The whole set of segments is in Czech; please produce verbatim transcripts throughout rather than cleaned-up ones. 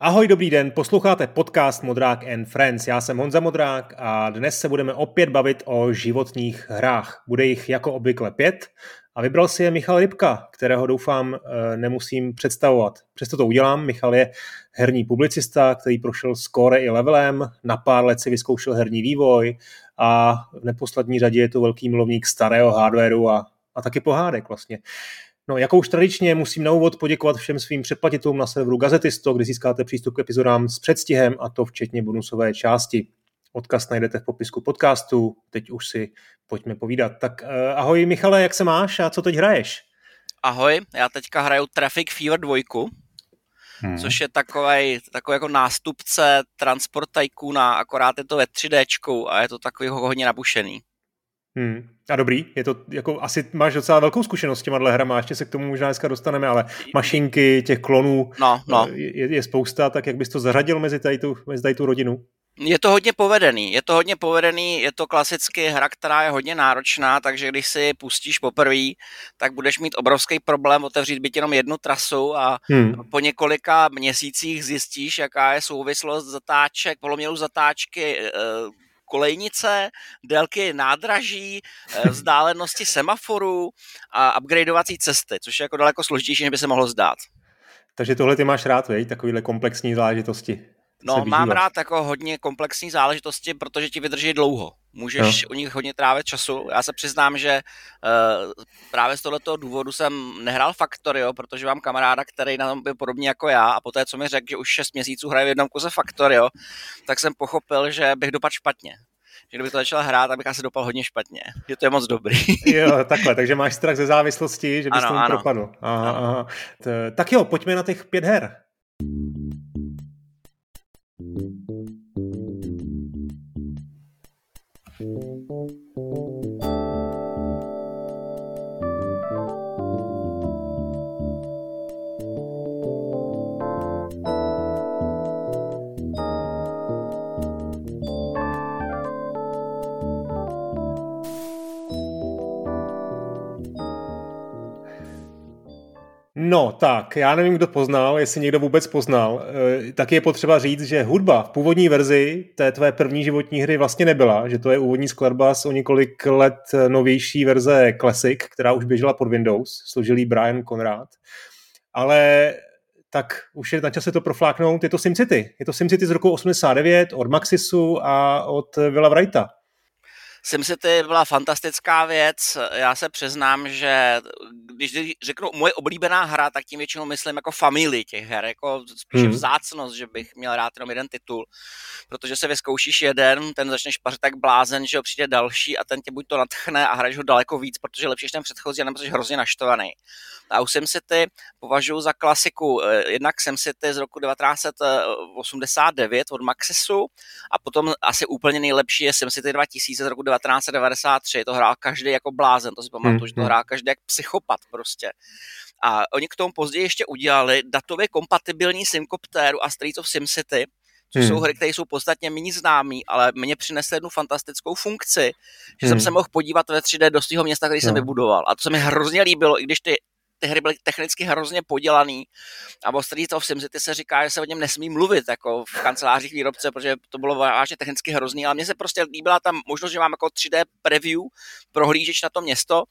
Ahoj, dobrý den, posloucháte podcast Modrák and Friends. Já jsem Honza Modrák a dnes se budeme opět bavit o životních hrách. Bude jich jako obvykle pět a vybral si je Michal Rybka, kterého doufám nemusím představovat. Přesto to udělám. Michal je herní publicista, který prošel skóre i levelem, na pár let si vyzkoušel herní vývoj a v neposlední řadě je to velký milovník starého hardwareu a, a taky pohádek vlastně. No, jako už tradičně musím na úvod poděkovat všem svým předplatitelům na serveru Gazetisto, kde získáte přístup k epizodám s předstihem a to včetně bonusové části. Odkaz najdete v popisku podcastu, teď už si pojďme povídat. Tak eh, ahoj Michale, jak se máš a co teď hraješ? Ahoj, já teďka hraju Traffic Fever dva, hmm. což je takový, takový jako nástupce Transport Tycoona, akorát je to ve tři déčku a je to takový hodně nabušený. Hmm. A dobrý, je to jako asi máš docela velkou zkušenost s těma hrama, ještě se k tomu možná dneska dostaneme, ale mašinky, těch klonů no, no. Je, je spousta, tak jak bys to zařadil mezi tady tu, mezi tady tu rodinu? Je to hodně povedený, je to hodně povedený, je to klasicky hra, která je hodně náročná, takže když si pustíš poprvé, tak budeš mít obrovský problém otevřít byť jenom jednu trasu a hmm. po několika měsících zjistíš, jaká je souvislost zatáček, poloměru zatáčky, kolejnice, délky nádraží, vzdálenosti semaforů a upgradeovací cesty, což je jako daleko složitější, než by se mohlo zdát. Takže tohle ty máš rád, vej? Takovýhle komplexní záležitosti. No, mám rád jako hodně komplexní záležitosti, protože ti vydrží dlouho. Můžeš no. u nich hodně trávit času. Já se přiznám, že uh, právě z tohoto důvodu jsem nehrál Factorio, protože mám kamaráda, který na tom byl podobně jako já a poté, co mi řekl, že už šest měsíců hraje v jednom kuse Factorio, tak jsem pochopil, že bych dopadl špatně. Že kdyby to začal hrát, tak bych asi dopadl hodně špatně. Že to je moc dobrý. Jo, takhle, takže máš strach ze závislosti, že bys tomu propadl. Aha, aha. T- tak jo, pojďme na těch pět her. No tak, já nevím, kdo poznal, jestli někdo vůbec poznal, e, taky je potřeba říct, že hudba v původní verzi té tvé první životní hry vlastně nebyla, že to je úvodní skladba z o několik let novější verze Classic, která už běžela pod Windows, složil jí Brian Conrad, ale tak už je na čase to profláknout, je to SimCity, je to SimCity z roku osmdesát devět od Maxisu a od Willa Wrighta. SimCity byla fantastická věc, já se přiznám, že když řeknu moje oblíbená hra, tak tím většinou myslím jako familii těch her, jako spíše hmm. vzácnost, že bych měl rád jenom jeden titul, protože se vyzkoušíš jeden, ten začneš pařit tak blázen, že ho přijde další a ten tě buď to nadchne a hraješ ho daleko víc, protože lepší než ten předchozí, nebo jsi hrozně naštvaný. A u SimCity považuji za klasiku jednak SimCity z roku devatenáct set osmdesát devět od Maxisu a potom asi úplně nejlepší je SimCity dva tisíce z roku devatenáct set devadesát tři, to hrál každý jako blázen, to si pamatuju, hmm. že to hrál každý jak psychopat prostě. A oni k tomu později ještě udělali datově kompatibilní Simcopteru a Streets of SimCity, což hmm. jsou hry, které jsou podstatně méně známý, ale mě přinesly jednu fantastickou funkci, že hmm. jsem se mohl podívat ve tři dé do svého města, který no. jsem vybudoval. A to se mi hrozně líbilo, i když ty ty hry byly technicky hrozně podělaný a o Streets of SimCity se říká, že se o něm nesmí mluvit jako v kancelářích výrobce, protože to bylo vážně technicky hrozný, ale mně se prostě líbila tam možnost, že mám jako tři dé preview, prohlížeč na to město.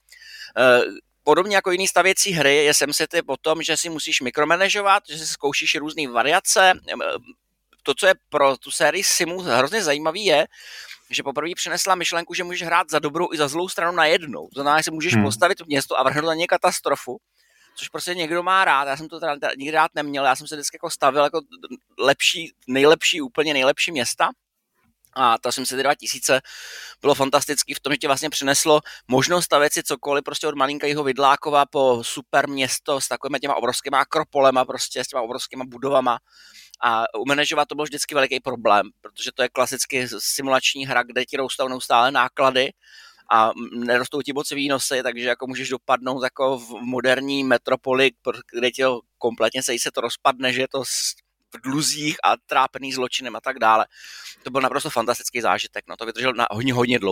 Podobně jako jiný stavěcí hry je SimCity o tom, že si musíš mikromanažovat, že si zkoušíš různé variace. To, co je pro tu sérii Simu hrozně zajímavý je, že poprvé přinesla myšlenku, že můžeš hrát za dobrou i za zlou stranu najednou. To znamená, že si můžeš hmm. postavit město a vrhnout na ně katastrofu, což prostě někdo má rád. Já jsem to teda nikdy rád neměl, já jsem se vždycky jako stavil jako lepší, nejlepší, úplně nejlepší města. A ta SimCity dva tisíce bylo fantastický v tom, že ti vlastně přineslo možnost stavět si cokoliv prostě od malinkého Vidlákova po super město s takovými těma obrovskýma akropolema, prostě s těma obrovskýma budovama. A umanežovat to byl vždycky veliký problém, protože to je klasicky simulační hra, kde ti rostou neustále náklady a nerostou ti moc výnosy, takže jako můžeš dopadnout jako v moderní metropoli, kde ti kompletně se se to rozpadne, že je to v dluzích a trápený zločinem a tak dále. To byl naprosto fantastický zážitek, no to vydržel na hodně, hodně dlouho.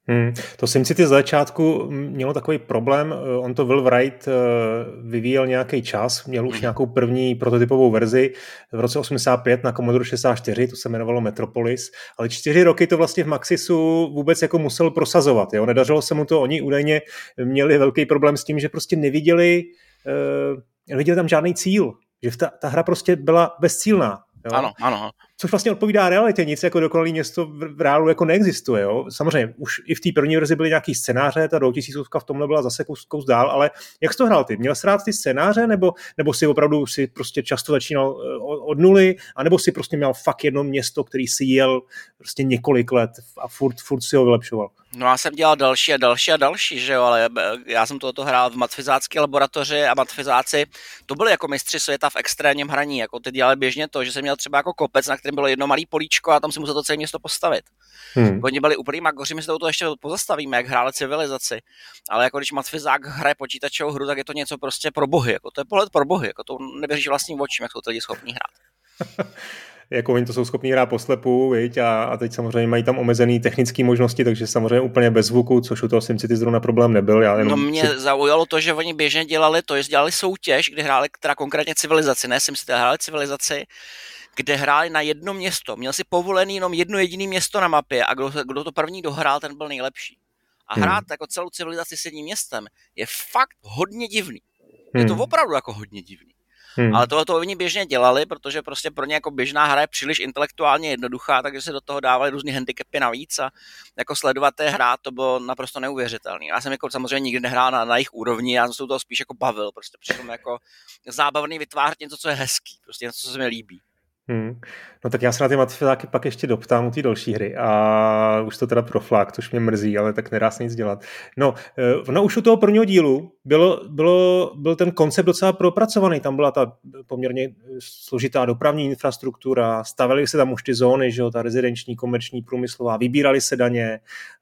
Hmm. To SimCity z začátku mělo takový problém, on to Will Wright vyvíjel nějaký čas, měl už nějakou první prototypovou verzi v roce osmdesát pět na Commodore šedesát čtyři, to se jmenovalo Metropolis, ale čtyři roky to vlastně v Maxisu vůbec jako musel prosazovat, jo? Nedařilo se mu to, oni údajně měli velký problém s tím, že prostě neviděli, uh, neviděli tam žádný cíl, že ta, ta hra prostě byla bezcílná. Jo? Ano, ano. Což vlastně odpovídá realitě, nic jako dokonalý město v reálu jako neexistuje. Jo? Samozřejmě, už i v té první verzi byly nějaký scénáře, ta dvoutisícovka v tomhle byla zase kus, kus dál, ale jak jsi to hrál ty? Měl jsi rád ty scénáře, nebo, nebo si opravdu si prostě často začínal od nuly, anebo si prostě měl fakt jedno město, který si jel prostě několik let a furt, furt si ho vylepšoval? No já jsem dělal další a další a další, že jo, ale já jsem tohoto hrál v matfizácké laboratoři a matfizáci, to byly jako mistři světa v extrémním hraní, jako ty dělali běžně to, že jsem měl třeba jako kopec, na kterém bylo jedno malý políčko a tam si musel to celé město postavit. Hmm. Oni byli úplný magoři, my se to ještě pozastavíme, jak hráli civilizaci, ale jako když matfizák hraje počítačovou hru, tak je to něco prostě pro bohy, jako to je pohled pro bohy, jako to nevěříš vlastním očím, jak jsou to lidi schopní hrát. Jako oni to jsou schopní hrát poslepu, viď? A, a teď samozřejmě mají tam omezené technické možnosti, takže samozřejmě úplně bez zvuku, což u toho SimCity zrovna problém nebyl. Já jenom no mě si... zaujalo to, že oni běžně dělali to, že dělali soutěž, kde hráli teda konkrétně civilizaci, ne SimCity, hráli civilizaci, kde hráli na jedno město. Měl si povolený jenom jedno jediné město na mapě a kdo, kdo to první dohrál, ten byl nejlepší. A hrát hmm. jako celou civilizaci s jedním městem je fakt hodně divný. Je hmm. to opravdu jako hodně divný. Hmm. Ale tohle to oni běžně dělali, protože prostě pro ně jako běžná hra je příliš intelektuálně jednoduchá, takže se do toho dávali různý handicapy navíc a jako sledovat té hra to bylo naprosto neuvěřitelné. Já jsem jako samozřejmě nikdy nehrál na, na jejich úrovni, já jsem se u toho spíš jako bavil, prostě přišlo jako zábavný vytvářet něco, co je hezký, prostě něco, co se mi líbí. Hmm. No tak já se na ty matfizáky pak ještě doptám u té další hry a už to teda proflák, což mě mrzí, ale tak nedá se nic dělat. No, no už u toho prvního dílu bylo, bylo, byl ten koncept docela propracovaný, tam byla ta poměrně složitá dopravní infrastruktura, stavily se tam už ty zóny, že jo, ta rezidenční, komerční, průmyslová, vybírali se daně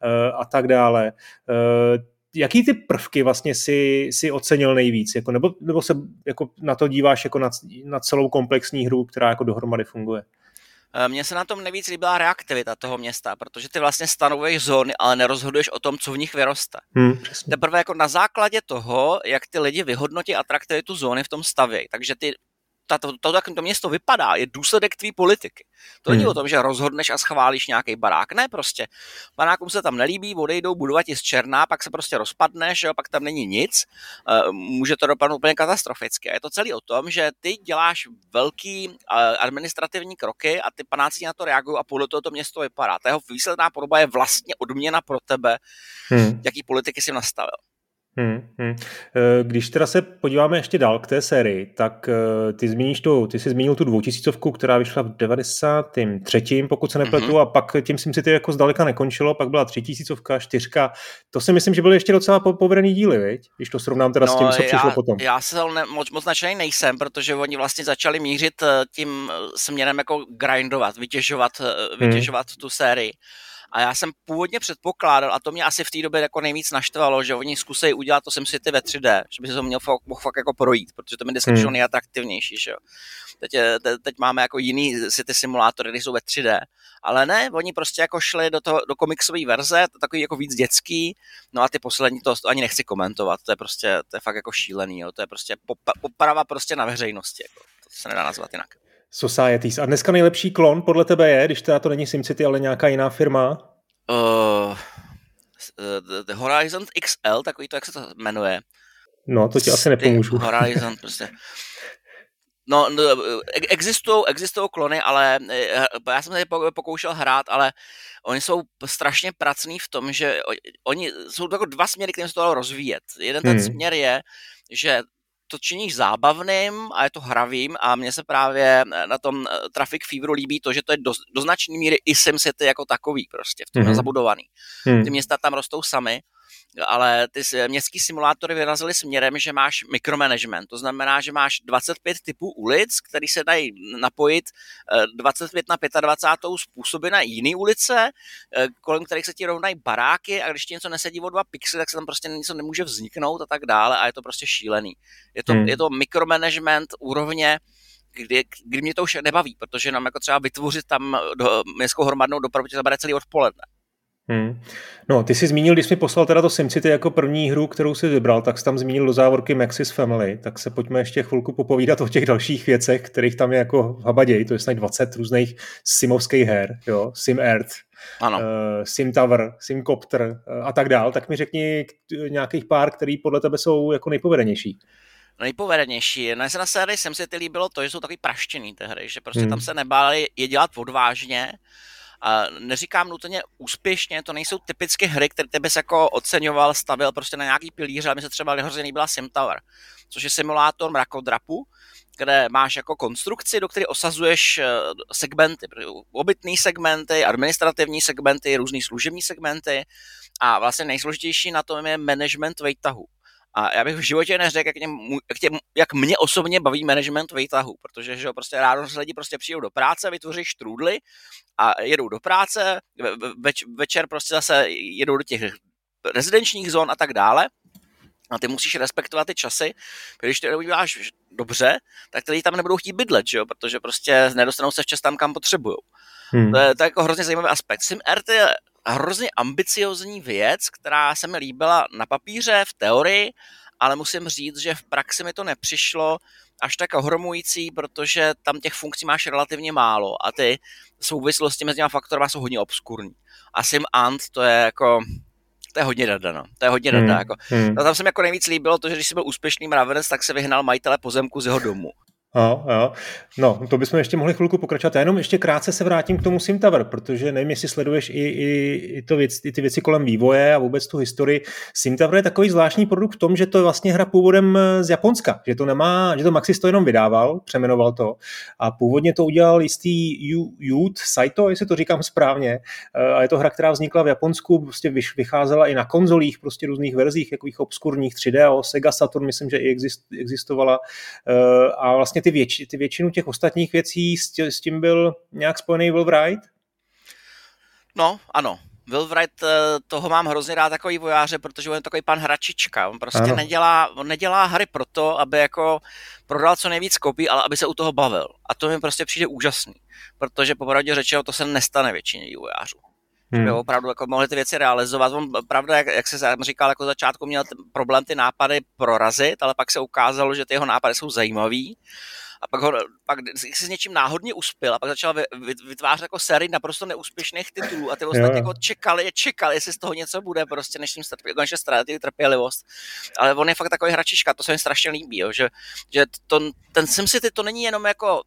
a tak dále. Jaký ty prvky vlastně si, si ocenil nejvíc? Jako, nebo, nebo se jako na to díváš jako na, na celou komplexní hru, která jako dohromady funguje? Mně se na tom nejvíc líbila reaktivita toho města, protože ty vlastně stanovuješ zóny, ale nerozhoduješ o tom, co v nich vyroste. Hmm, Teprve jako na základě toho, jak ty lidi vyhodnotí atraktivitu zóny v tom stavějí. Takže ty To, to, jak to město vypadá, je důsledek tvý politiky. To není hmm. o tom, že rozhodneš a schválíš nějaký barák. Ne, prostě. Barákům se tam nelíbí, odejdou, budovat je z černá, pak se prostě rozpadneš, jo, pak tam není nic. Uh, může to dopadnout úplně katastroficky. A je to celý o tom, že ty děláš velký uh, administrativní kroky a ty panáci na to reagují a podle toho to město vypadá. Ta jeho výsledná podoba je vlastně odměna pro tebe, hmm. jaký politiky jsi nastavil. Hmm, hmm. Když teda se podíváme ještě dál k té sérii, tak ty zmíníš tu, ty jsi zmínil tu dvoutisícovku, která vyšla v devadesátém třetím, pokud se nepletu, mm-hmm. a pak tím SimCity jako zdaleka nekončilo, pak byla třitisícovka, čtyřka. To si myslím, že byly ještě docela povedený díly, viď? Když to srovnám teda no, s tím, co já, přišlo potom. Já se ne, moc, moc nadšený nejsem, protože oni vlastně začali mířit tím směrem jako grindovat, vytěžovat, vytěžovat hmm. tu sérii. A já jsem původně předpokládal, a to mě asi v té době jako nejvíc naštvalo, že oni zkusí udělat to SimCity ve tři dé, že by se to měl fakt, mohl fakt jako projít, protože to mi vždycky přišlo hmm. nejatraktivnější, že jo. Teď, je, te, teď máme jako jiný city simulátory, které jsou ve tři dé, ale ne, oni prostě jako šli do, toho, do komiksové verze, to takový jako víc dětský, no a ty poslední to, to ani nechci komentovat, to je prostě, to je fakt jako šílený, jo, to je prostě poprava prostě na veřejnosti, jako, to se nedá nazvat jinak. Societies. A dneska nejlepší klon podle tebe je, když teda to není SimCity, ale nějaká jiná firma? Uh, the Horizon X L, takový to, jak se to jmenuje. No, to ti asi nepomůžu. Horizon, prostě. No, existují, existují klony, ale já jsem se pokoušel hrát, ale oni jsou strašně pracní v tom, že oni jsou jako dva směry, kterým se to dalo rozvíjet. Jeden ten hmm. směr je, že to činíš zábavným a je to hravým a mně se právě na tom Traffic Feveru líbí to, že to je do, do značné míry i SimCity jako takový prostě, v tom mm-hmm. zabudovaný. Mm. Ty města tam rostou samy, ale ty městský simulátory vyrazily směrem, že máš micromanagement, to znamená, že máš dvacet pět typů ulic, který se dají napojit dvacet pět na dvacet pět způsoby na jiné ulice, kolem kterých se ti rovnají baráky a když ti něco nesedí o dva pixely, tak se tam prostě něco nemůže vzniknout a tak dále a je to prostě šílený. Je to, hmm. je to micromanagement úrovně, kdy, kdy mě to už nebaví, protože nám jako třeba vytvořit tam do, městskou hromadnou dopravu tě zabere celý odpoledne. Hmm. No, ty jsi zmínil, když jsi mi poslal teda to SimCity jako první hru, kterou jsi vybral, tak jsi tam zmínil do závorky Maxis Family, tak se pojďme ještě chvilku popovídat o těch dalších věcech, kterých tam je jako habaděj, to je snad dvacet různých simovských her, jo, Sim Earth, ano. Uh, Sim Tower, Sim Copter uh, a tak dál, tak mi řekni nějakých pár, který podle tebe jsou jako nejpovedenější. Nejpovedenější. Mně se na sérii SimCity líbilo to, že jsou takový praštěný ty hry, že prostě hmm. tam se nebáli je dělat odvážně. A neříkám nutně úspěšně, to nejsou typické hry, které ty bys jako oceňoval, stavil prostě na nějaký pilíře, ale mi se třeba hrozně líbila Sim Tower, což je simulátor mrakodrapu, kde máš jako konstrukci, do které osazuješ segmenty, obytný segmenty, administrativní segmenty, různý služební segmenty a vlastně nejsložitější na tom je management výtahu. A já bych v životě neřekl, jak, jak, jak mě osobně baví management výtahu, protože že prostě ráno se lidi prostě přijdou do práce, vytvoří štrůdly a jedou do práce, več, večer prostě zase jedou do těch rezidenčních zón a tak dále. A ty musíš respektovat ty časy, když ty uděláš dobře, tak ty lidi tam nebudou chtít bydlet, že jo? Protože prostě nedostanou se včas tam, kam potřebujou. Hmm. To, je, to je jako hrozně zajímavý aspekt. Sim Earth je hrozně ambiciozní věc, která se mi líbila na papíře, v teorii, ale musím říct, že v praxi mi to nepřišlo až tak ohromující, protože tam těch funkcí máš relativně málo a ty souvislosti mezi těma faktorama jsou hodně obskurní. A Sim Ant to je jako... To je hodně dada, no. To je hodně dada. Hmm. Jako. Hmm. No, tam se mi jako nejvíc líbilo to, že když jsi byl úspěšný mravenec, tak se vyhnal majitele pozemku z jeho domu. Jo, jo. No, to bychom ještě mohli chvilku pokračovat. Já jenom ještě krátce se vrátím k tomu Sim Tower, protože nevím, jestli sleduješ i, i, i, to věc, i ty věci kolem vývoje a vůbec tu historii. Sim Tower je takový zvláštní produkt v tom, že to je vlastně hra původem z Japonska, že to nemá, že to Maxis to jenom vydával, přemenoval to a původně to udělal jistý Youth Saito, jestli to říkám správně, a je to hra, která vznikla v Japonsku, prostě vycházela i na konzolích, prostě různých verzích, takových obskurních tři D O, Sega Saturn, myslím, že i existovala a vlastně ty, věč, ty většinu těch ostatních věcí s, tě, s tím byl nějak spojený Will Wright? No, ano. Will Wright, toho mám hrozně rád takový vojáře, protože on je takový pan hračička. On prostě nedělá, on nedělá hry proto, aby jako prodal co nejvíc kopií, ale aby se u toho bavil. A to mi prostě přijde úžasný. Protože popravdě řečeno, to se nestane většině vývojářů. Hmm. Že by opravdu jako mohli ty věci realizovat. On pravda, jak, jak se říkal, jako začátku měl problém ty nápady prorazit, ale pak se ukázalo, že ty jeho nápady jsou zajímavý. A pak, ho, pak si s něčím náhodně uspěl a pak začal vytvářet jako sérii naprosto neúspěšných titulů a ty ostatní jako čekali, čekali, jestli z toho něco bude, prostě než jim konečně ztratili trpělivost. Ale on je fakt takový hračička, to se mi strašně líbí, jo, že, že to, ten SimCity to není jenom jako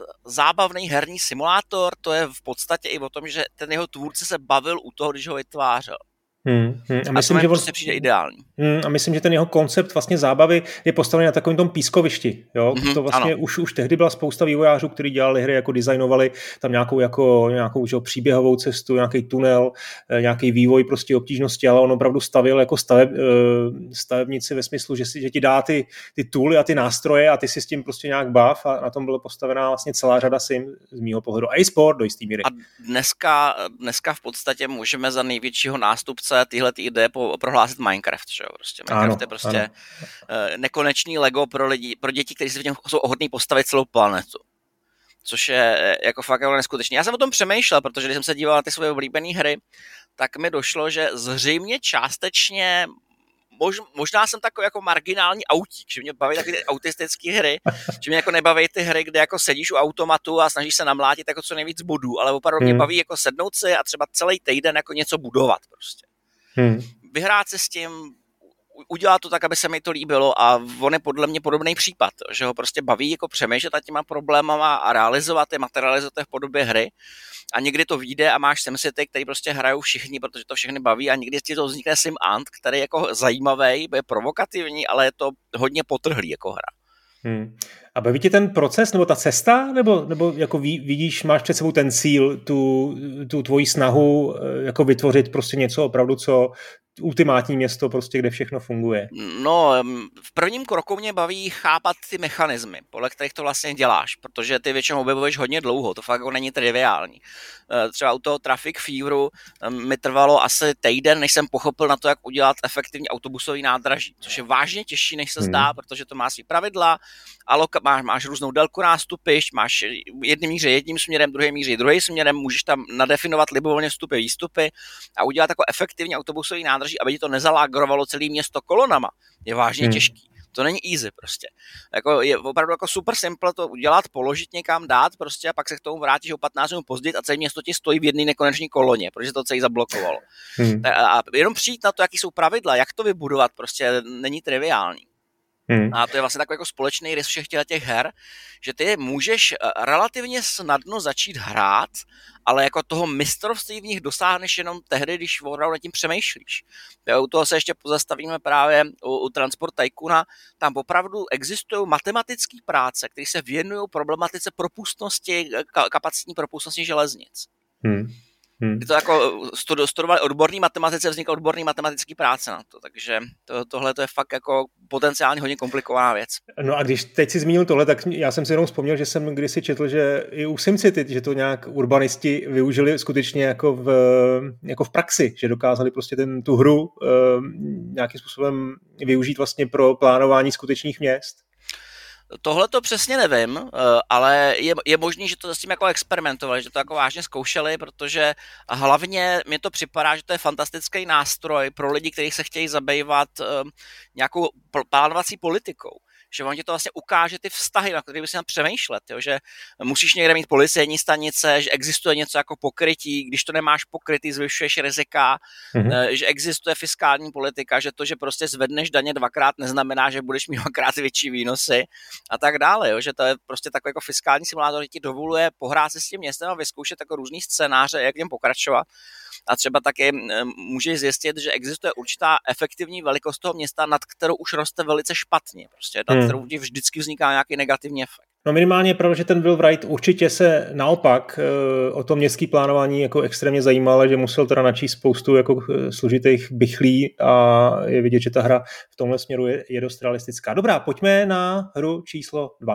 zábavný herní simulátor, to je v podstatě i o tom, že ten jeho tvůrce se bavil u toho, když ho vytvářel. Hmm, hmm. A, a myslím, to že prostě přijde ideální. Hmm, a myslím, že ten jeho koncept vlastně zábavy je postavený na takovém tom pískovišti. Jo? Mm-hmm, to vlastně už, už tehdy byla spousta vývojářů, kteří dělali hry, jako designovali tam nějakou, jako, nějakou že, příběhovou cestu, nějaký tunel, nějaký vývoj prostě obtížnosti, ale on opravdu stavil jako staveb, stavebnici ve smyslu, že, si, že ti dá ty, ty tooly a ty nástroje a ty si s tím prostě nějak bav a na tom byla postavená vlastně celá řada sim z mýho pohledu. A i sport do jistý míry. A dneska, dneska v podstatě můžeme za největšího nástupce tyhle ideje prohlásit Minecraft, že jo, prostě Minecraft ano, je prostě ano. nekonečný Lego pro lidi, pro děti, kteří si v něm jsou ochotní postavit celou planetu. Což je jako fakt neskutečný. Já jsem o tom přemýšlel, protože když jsem se díval na ty svoje oblíbené hry, tak mi došlo, že zřejmě částečně mož, možná jsem takový jako marginální autík, že mě baví takové ty autistické hry, že mě jako nebaví ty hry, kde jako sedíš u automatu a snažíš se namlátit jako co nejvíc bodů, ale opravdu hmm. mě baví jako sednout si a třeba celý týden jako něco budovat prostě. Hmm. Vyhrát se s tím, udělat to tak, aby se mi to líbilo a on je podle mě podobný případ, že ho prostě baví jako přemýšlet nad těma problémama a realizovat je, materializovat je v podobě hry a někdy to vyjde a máš SimCity, který prostě hrajou všichni, protože to všechny baví a někdy ti to vznikne Sim Ant, který je jako zajímavý, je provokativní, ale je to hodně potrhlý jako hra. Hmm. A baví tě ten proces nebo ta cesta, nebo, nebo jako vidíš, máš před sebou ten cíl, tu, tu tvoji snahu jako vytvořit prostě něco opravdu, co, ultimátní město, prostě, kde všechno funguje? No, v prvním kroku mě baví chápat ty mechanismy, podle kterých to vlastně děláš, protože ty většinou objevuješ hodně dlouho, to fakt jako není triviální. Třeba u toho Traffic Feveru mi trvalo asi týden, než jsem pochopil na to, jak udělat efektivní autobusový nádraží, což je vážně těžší, než se zdá, hmm. protože to má svý pravidla, aloka, máš, máš různou délku nástupišť, máš jedním míře jedním směrem, druhým míře druhým směrem, můžeš tam nadefinovat libovolně vstupy, výstupy a udělat jako efektivní autobusový nádraží, aby ti to nezalágrovalo celé město kolonama. Je vážně hmm. těžký. To není easy prostě. Jako je opravdu jako super simple to udělat, položit někam, dát prostě a pak se k tomu vrátíš o patnáct minut později a celé město ti stojí v jedné nekoneční koloně, protože to celé zablokovalo. Hmm. A jenom přijít na to, jaký jsou pravidla, jak to vybudovat, prostě není triviální. Hmm. A to je vlastně takový jako společný rys všech těch her, že ty můžeš relativně snadno začít hrát, ale jako toho mistrovství v nich dosáhneš jenom tehdy, když opravdu nad tím přemýšlíš. U toho se ještě pozastavíme právě u, u Transport Tycoona. Tam opravdu existují matematické práce, které se věnují problematice propustnosti, kapacitní propustnosti železnic. Hmm. Hmm. To jako studovali odborní matematice, vznikla odborný matematický práce na to, takže to, tohle to je fakt jako potenciálně hodně komplikovaná věc. No a když teď si zmínil tohle, tak já jsem si jenom vzpomněl, že jsem kdysi četl, že i u SimCity, že to nějak urbanisti využili skutečně jako v, jako v praxi, že dokázali prostě ten, tu hru uh, nějakým způsobem využít vlastně pro plánování skutečných měst. Tohle to přesně nevím, ale je, je možný, že to s tím jako experimentovali, že to jako vážně zkoušeli, protože hlavně mi to připadá, že to je fantastický nástroj pro lidi, kteří se chtějí zabývat nějakou plánovací politikou. Že on ti to vlastně ukáže ty vztahy, na kterých by si měl přemýšlet, jo? Že musíš někde mít policejní stanice, že existuje něco jako pokrytí, když to nemáš pokrytý, zvyšuješ rizika, mm-hmm. že existuje fiskální politika, že to, že prostě zvedneš daně dvakrát, neznamená, že budeš mít dvakrát větší výnosy a tak dále, jo? Že to je prostě takový jako fiskální simulátor, který ti dovoluje pohrát se s tím městem a vyzkoušet jako různý scénáře, jak jim pokračovat. A třeba taky můžeš zjistit, že existuje určitá efektivní velikost toho města, nad kterou už roste velice špatně, prostě nad hmm. kterou vždycky vzniká nějaký negativní efekt. No minimálně proto, že ten Will Wright určitě se naopak e, o to městské plánování jako extrémně zajímal, že musel teda načíst spoustu jako složitých bychlí a je vidět, že ta hra v tomhle směru je, je dost realistická. Dobrá, pojďme na hru číslo dva.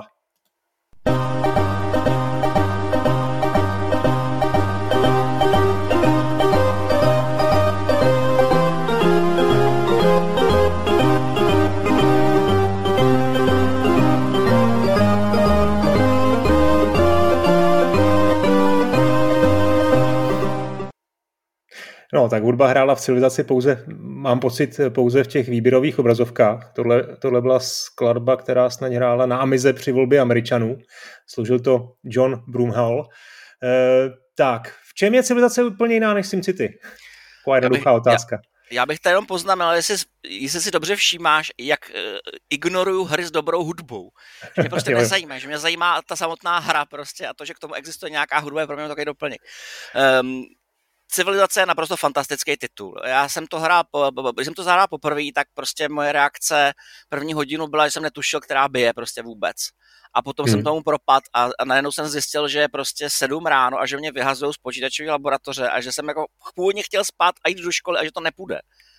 No, tak hudba hrála v Civilizaci pouze, mám pocit, pouze v těch výběrových obrazovkách. Tohle, tohle byla skladba, která snad hrála na Amize při volbě Američanů. Složil to John Broomhall. E, tak, v čem je Civilizace úplně jiná než SimCity? Taková jednoduchá otázka. Já, já bych to jenom poznamenal, jestli, jestli si dobře všímáš, jak uh, ignoruju hry s dobrou hudbou. Že mě prostě nezajímá, že mě zajímá ta samotná hra prostě a to, že k tomu existuje nějaká hudba, je pro mě takový doplněk. Um, Civilizace je naprosto fantastický titul. Já jsem to hrál, když jsem to zahrál poprvé, tak prostě moje reakce první hodinu byla, že jsem netušil, která bije prostě vůbec. A potom hmm. jsem tomu propad a, a najednou jsem zjistil, že je prostě sedm ráno a že mě vyhazují z počítačové laboratoře a že jsem jako původně chtěl spát a jít do školy a že to nepůjde.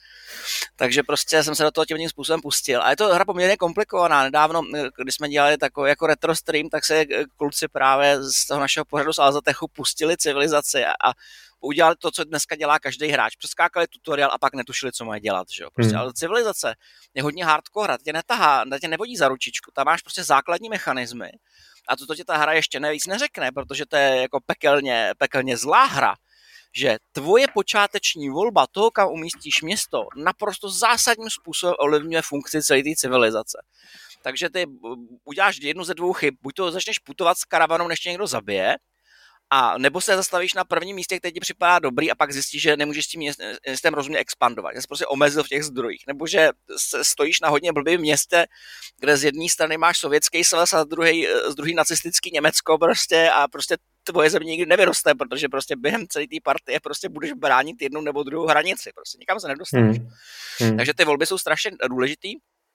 Takže prostě jsem se do toho tím způsobem pustil. A je to hra poměrně komplikovaná. Nedávno, když jsme dělali takový jako retro stream, tak se kluci právě z toho našeho pořadu z Alzatechu pustili Civilizaci a, a udělali to, co dneska dělá každý hráč. Přeskákali tutoriál a pak netušili, co mají dělat. Že jo? Prostě, hmm. Ale Civilizace je hodně hardcore hra, tě netahá, tě nevodí za ručičku, tam máš prostě základní mechanismy a to, to tě ta hra ještě nevíc neřekne, protože to je jako pekelně, pekelně zlá hra, že tvoje počáteční volba toho, kam umístíš město, naprosto zásadním způsobem ovlivňuje funkci celé té civilizace. Takže ty uděláš jednu ze dvou chyb, buď to začneš putovat s karavanou, než tě někdo zabije, a nebo se zastavíš na prvním místě, který ti připadá dobrý a pak zjistíš, že nemůžeš s tím městem rozumně expandovat, že jsi prostě omezil v těch zdrojích, nebo že stojíš na hodně blbým městě, kde z jedné strany máš sovětský svaz a z druhé z druhý nacistický Německo prostě a prostě tvoje země nikdy nevyroste, protože prostě během celé té partie prostě budeš bránit jednu nebo druhou hranici, prostě nikam se nedostaneš. Hmm. Hmm. Takže ty volby jsou strašně důležitý.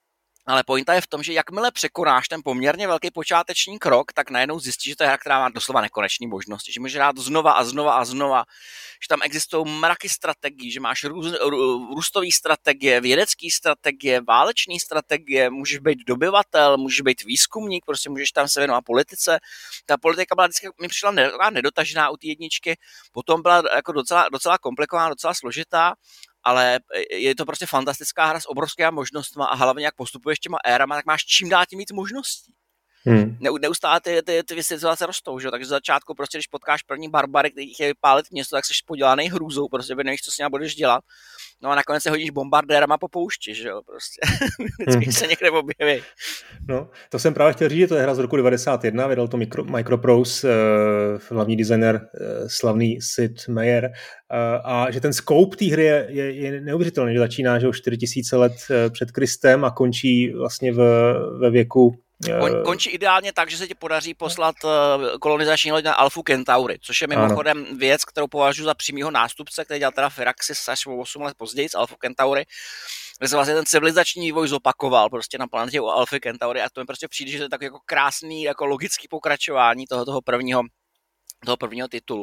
Ale pointa je v tom, že jakmile překonáš ten poměrně velký počáteční krok, tak najednou zjistíš, že to je hra, která má doslova nekonečné možnosti, že můžeš hrát znova a znova a znova, že tam existují mraky strategií, že máš růz, růstové strategie, vědecké strategie, váleční strategie, můžeš být dobyvatel, můžeš být výzkumník, prostě můžeš tam se věnovat politice. Ta politika byla vždycky, mi přišla nedotažená u té jedničky, potom byla jako docela, docela komplikovaná, docela složitá, ale je to prostě fantastická hra s obrovskými možnostmi a hlavně jak postupuješ těma érama, tak máš čím dál tím víc možností. Hmm. Neustále ty, ty, ty situace rostou, že? Takže z začátku prostě, když potkáš první barbary, který chtějí pálit město, tak jsi podělaný hrůzou, prostě nevíš, co s ním budeš dělat. No a nakonec se hodíš bombardérama po poušti, že jo, prostě. Vždycky hmm. se někde objeví. No, to jsem právě chtěl říct, že to je hra z roku devadesát jedna, vydal to Micro, Microprose, uh, hlavní designer, uh, slavný Sid Meier, uh, a že ten scope té hry je, je, je neuvěřitelný, že začíná, že už čtyři tisíce let uh, před Kristem a končí vlastně v, ve věku. Kon, končí ideálně tak, že se ti podaří poslat uh, kolonizační loď na Alphu Centauri, což je mimochodem ano. věc, kterou považuji za přímýho nástupce, který dělal teda Firaxis až o osm let později z Alpha Centauri, kde se vlastně ten civilizační vývoj zopakoval prostě na planetě u Alpha Centauri a to mi prostě přijde, že to je takový jako krásný, jako logický pokračování toho, toho prvního toho prvního titulu.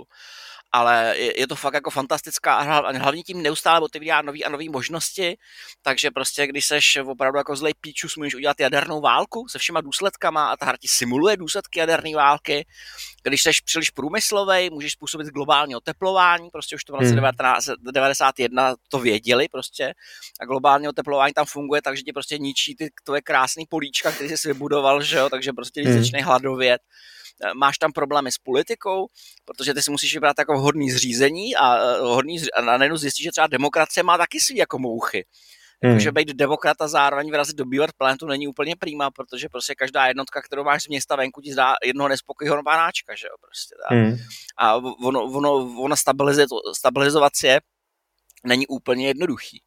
Ale je, je to fakt jako fantastická hra, hlavně tím neustále otevírá nový a nový možnosti, takže prostě když seš opravdu jako zlej píčus, můžeš udělat jadernou válku se všema důsledkama a ta hra ti simuluje důsledky jaderné války. Když seš příliš průmyslovej, můžeš způsobit globální oteplování, prostě už to v roce devatenáct devadesát jedna to věděli prostě a globální oteplování tam funguje, takže ti prostě ničí ty tvoje krásný políčka, který jsi vybudoval, že jo, takže prostě když hmm. začne hladovět. Máš tam problémy s politikou, protože ty si musíš vybrat jako vhodný zřízení a, hodný zří... a najednou zjistíš, že třeba demokracie má taky svý jako mouchy. Hmm. Jakože být demokrat a zároveň vyrazit dobývat planetu není úplně prýma, protože prostě každá jednotka, kterou máš z města venku, ti zdá jednoho nespokojího panáčka, že jo, prostě. Hmm. A ono, ono, ono stabilizovat, stabilizovat je není úplně jednoduchý.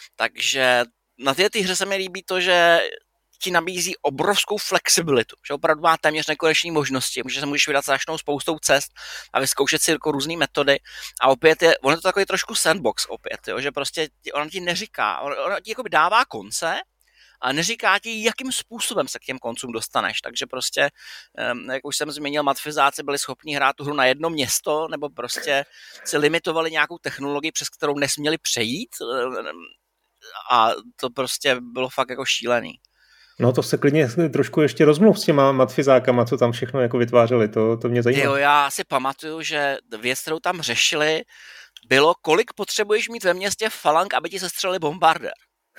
Takže na té hře se mi líbí to, že ti nabízí obrovskou flexibilitu, že opravdu má téměř nekonečné možnosti, může se můžeš vydat strašnou spoustou cest a vyzkoušet si jako různé metody a opět je, ono je to takový trošku sandbox opět, jo, že prostě ona ti neříká, ona ti jakoby dává konce a neříká ti, jakým způsobem se k těm koncům dostaneš, takže prostě, jak už jsem zmínil, matfizáci byli schopni hrát tu hru na jedno město, nebo prostě si limitovali nějakou technologii, přes kterou nesměli přejít a to prostě bylo fakt jako šílený. No to se klidně trošku ještě rozmluv s těma matfizákama, co tam všechno jako vytvářeli, to, to mě zajímá. Jo, já si pamatuju, že věc, kterou tam řešili, bylo, kolik potřebuješ mít ve městě falang, aby ti sestřelili bombardér.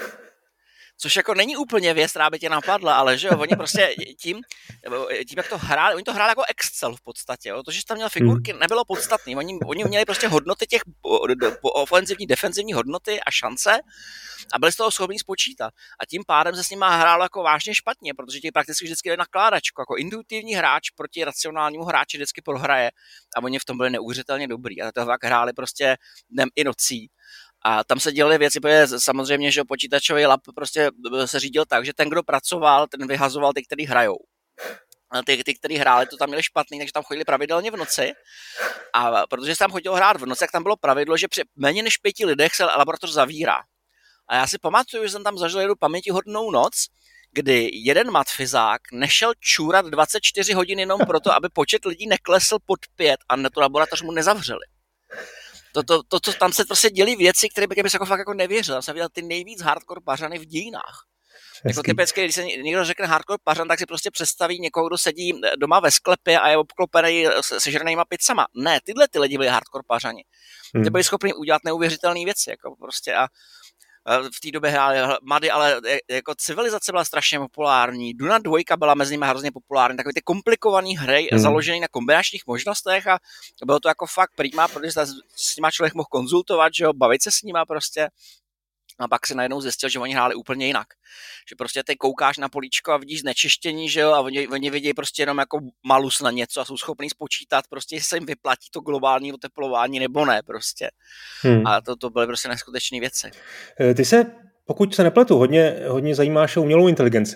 Což jako není úplně věc, která by tě napadla, ale že jo, oni prostě tím, tím jak to hráli, oni to hráli jako Excel v podstatě, jo, to, že tam měl figurky, nebylo podstatný, oni, oni měli prostě hodnoty těch ofenzivní, defenzivní hodnoty a šance a byli z toho schopni spočítat. A tím pádem se s nima hrálo jako vážně špatně, protože ti prakticky vždycky jde nakládačku, jako intuitivní hráč proti racionálnímu hráči vždycky prohraje a oni v tom byli neuvěřitelně dobrý a to tak hráli prostě dnem i nocí. A tam se dělaly věci, protože samozřejmě, že počítačový lab prostě se řídil tak, že ten, kdo pracoval, ten vyhazoval ty, kteří hrajou. A ty, ty, kteří hráli, to tam měli špatný, takže tam chodili pravidelně v noci. A protože se tam chodilo hrát v noci, tak tam bylo pravidlo, že při méně než pěti lidech se laboratoř zavírá. A já si pamatuju, že jsem tam zažil jednu pamětihodnou noc, kdy jeden matfizák nešel čůrat dvacet čtyři hodin jenom proto, aby počet lidí neklesl pod pět a tu laboratoř mu nezavřeli. To, to, to, to, tam se prostě dělí věci, které bych jako fakt jako nevěřil. Tam jsem viděl ty nejvíc hardcore pařany v dějinách. Jako typicky, když se někdo řekne hardcore pařan, tak si prostě představí někoho, kdo sedí doma ve sklepě a je obklopený sežranýma pizzama. Ne, tyhle ty lidi byli hardcore pařani. Ty byli schopni udělat neuvěřitelné věci. Jako prostě a v té době hráli mady, ale jako civilizace byla strašně populární. Duna dvojka byla mezi nimi hrozně populární. Takové ty komplikované hry hmm. založené na kombinačních možnostech a bylo to jako fakt prima, protože se s nima člověk mohl konzultovat, že jo, bavit se s nima prostě. A pak si najednou zjistil, že oni hráli úplně jinak. Že prostě ty koukáš na políčko a vidíš znečištění, že jo, a oni, oni vidí prostě jenom jako malus na něco a jsou schopní spočítat prostě, jestli se jim vyplatí to globální oteplování nebo ne prostě. Hmm. A to, to byly prostě neskutečné věci. Ty se, pokud se nepletu, hodně, hodně zajímáš o umělou inteligenci.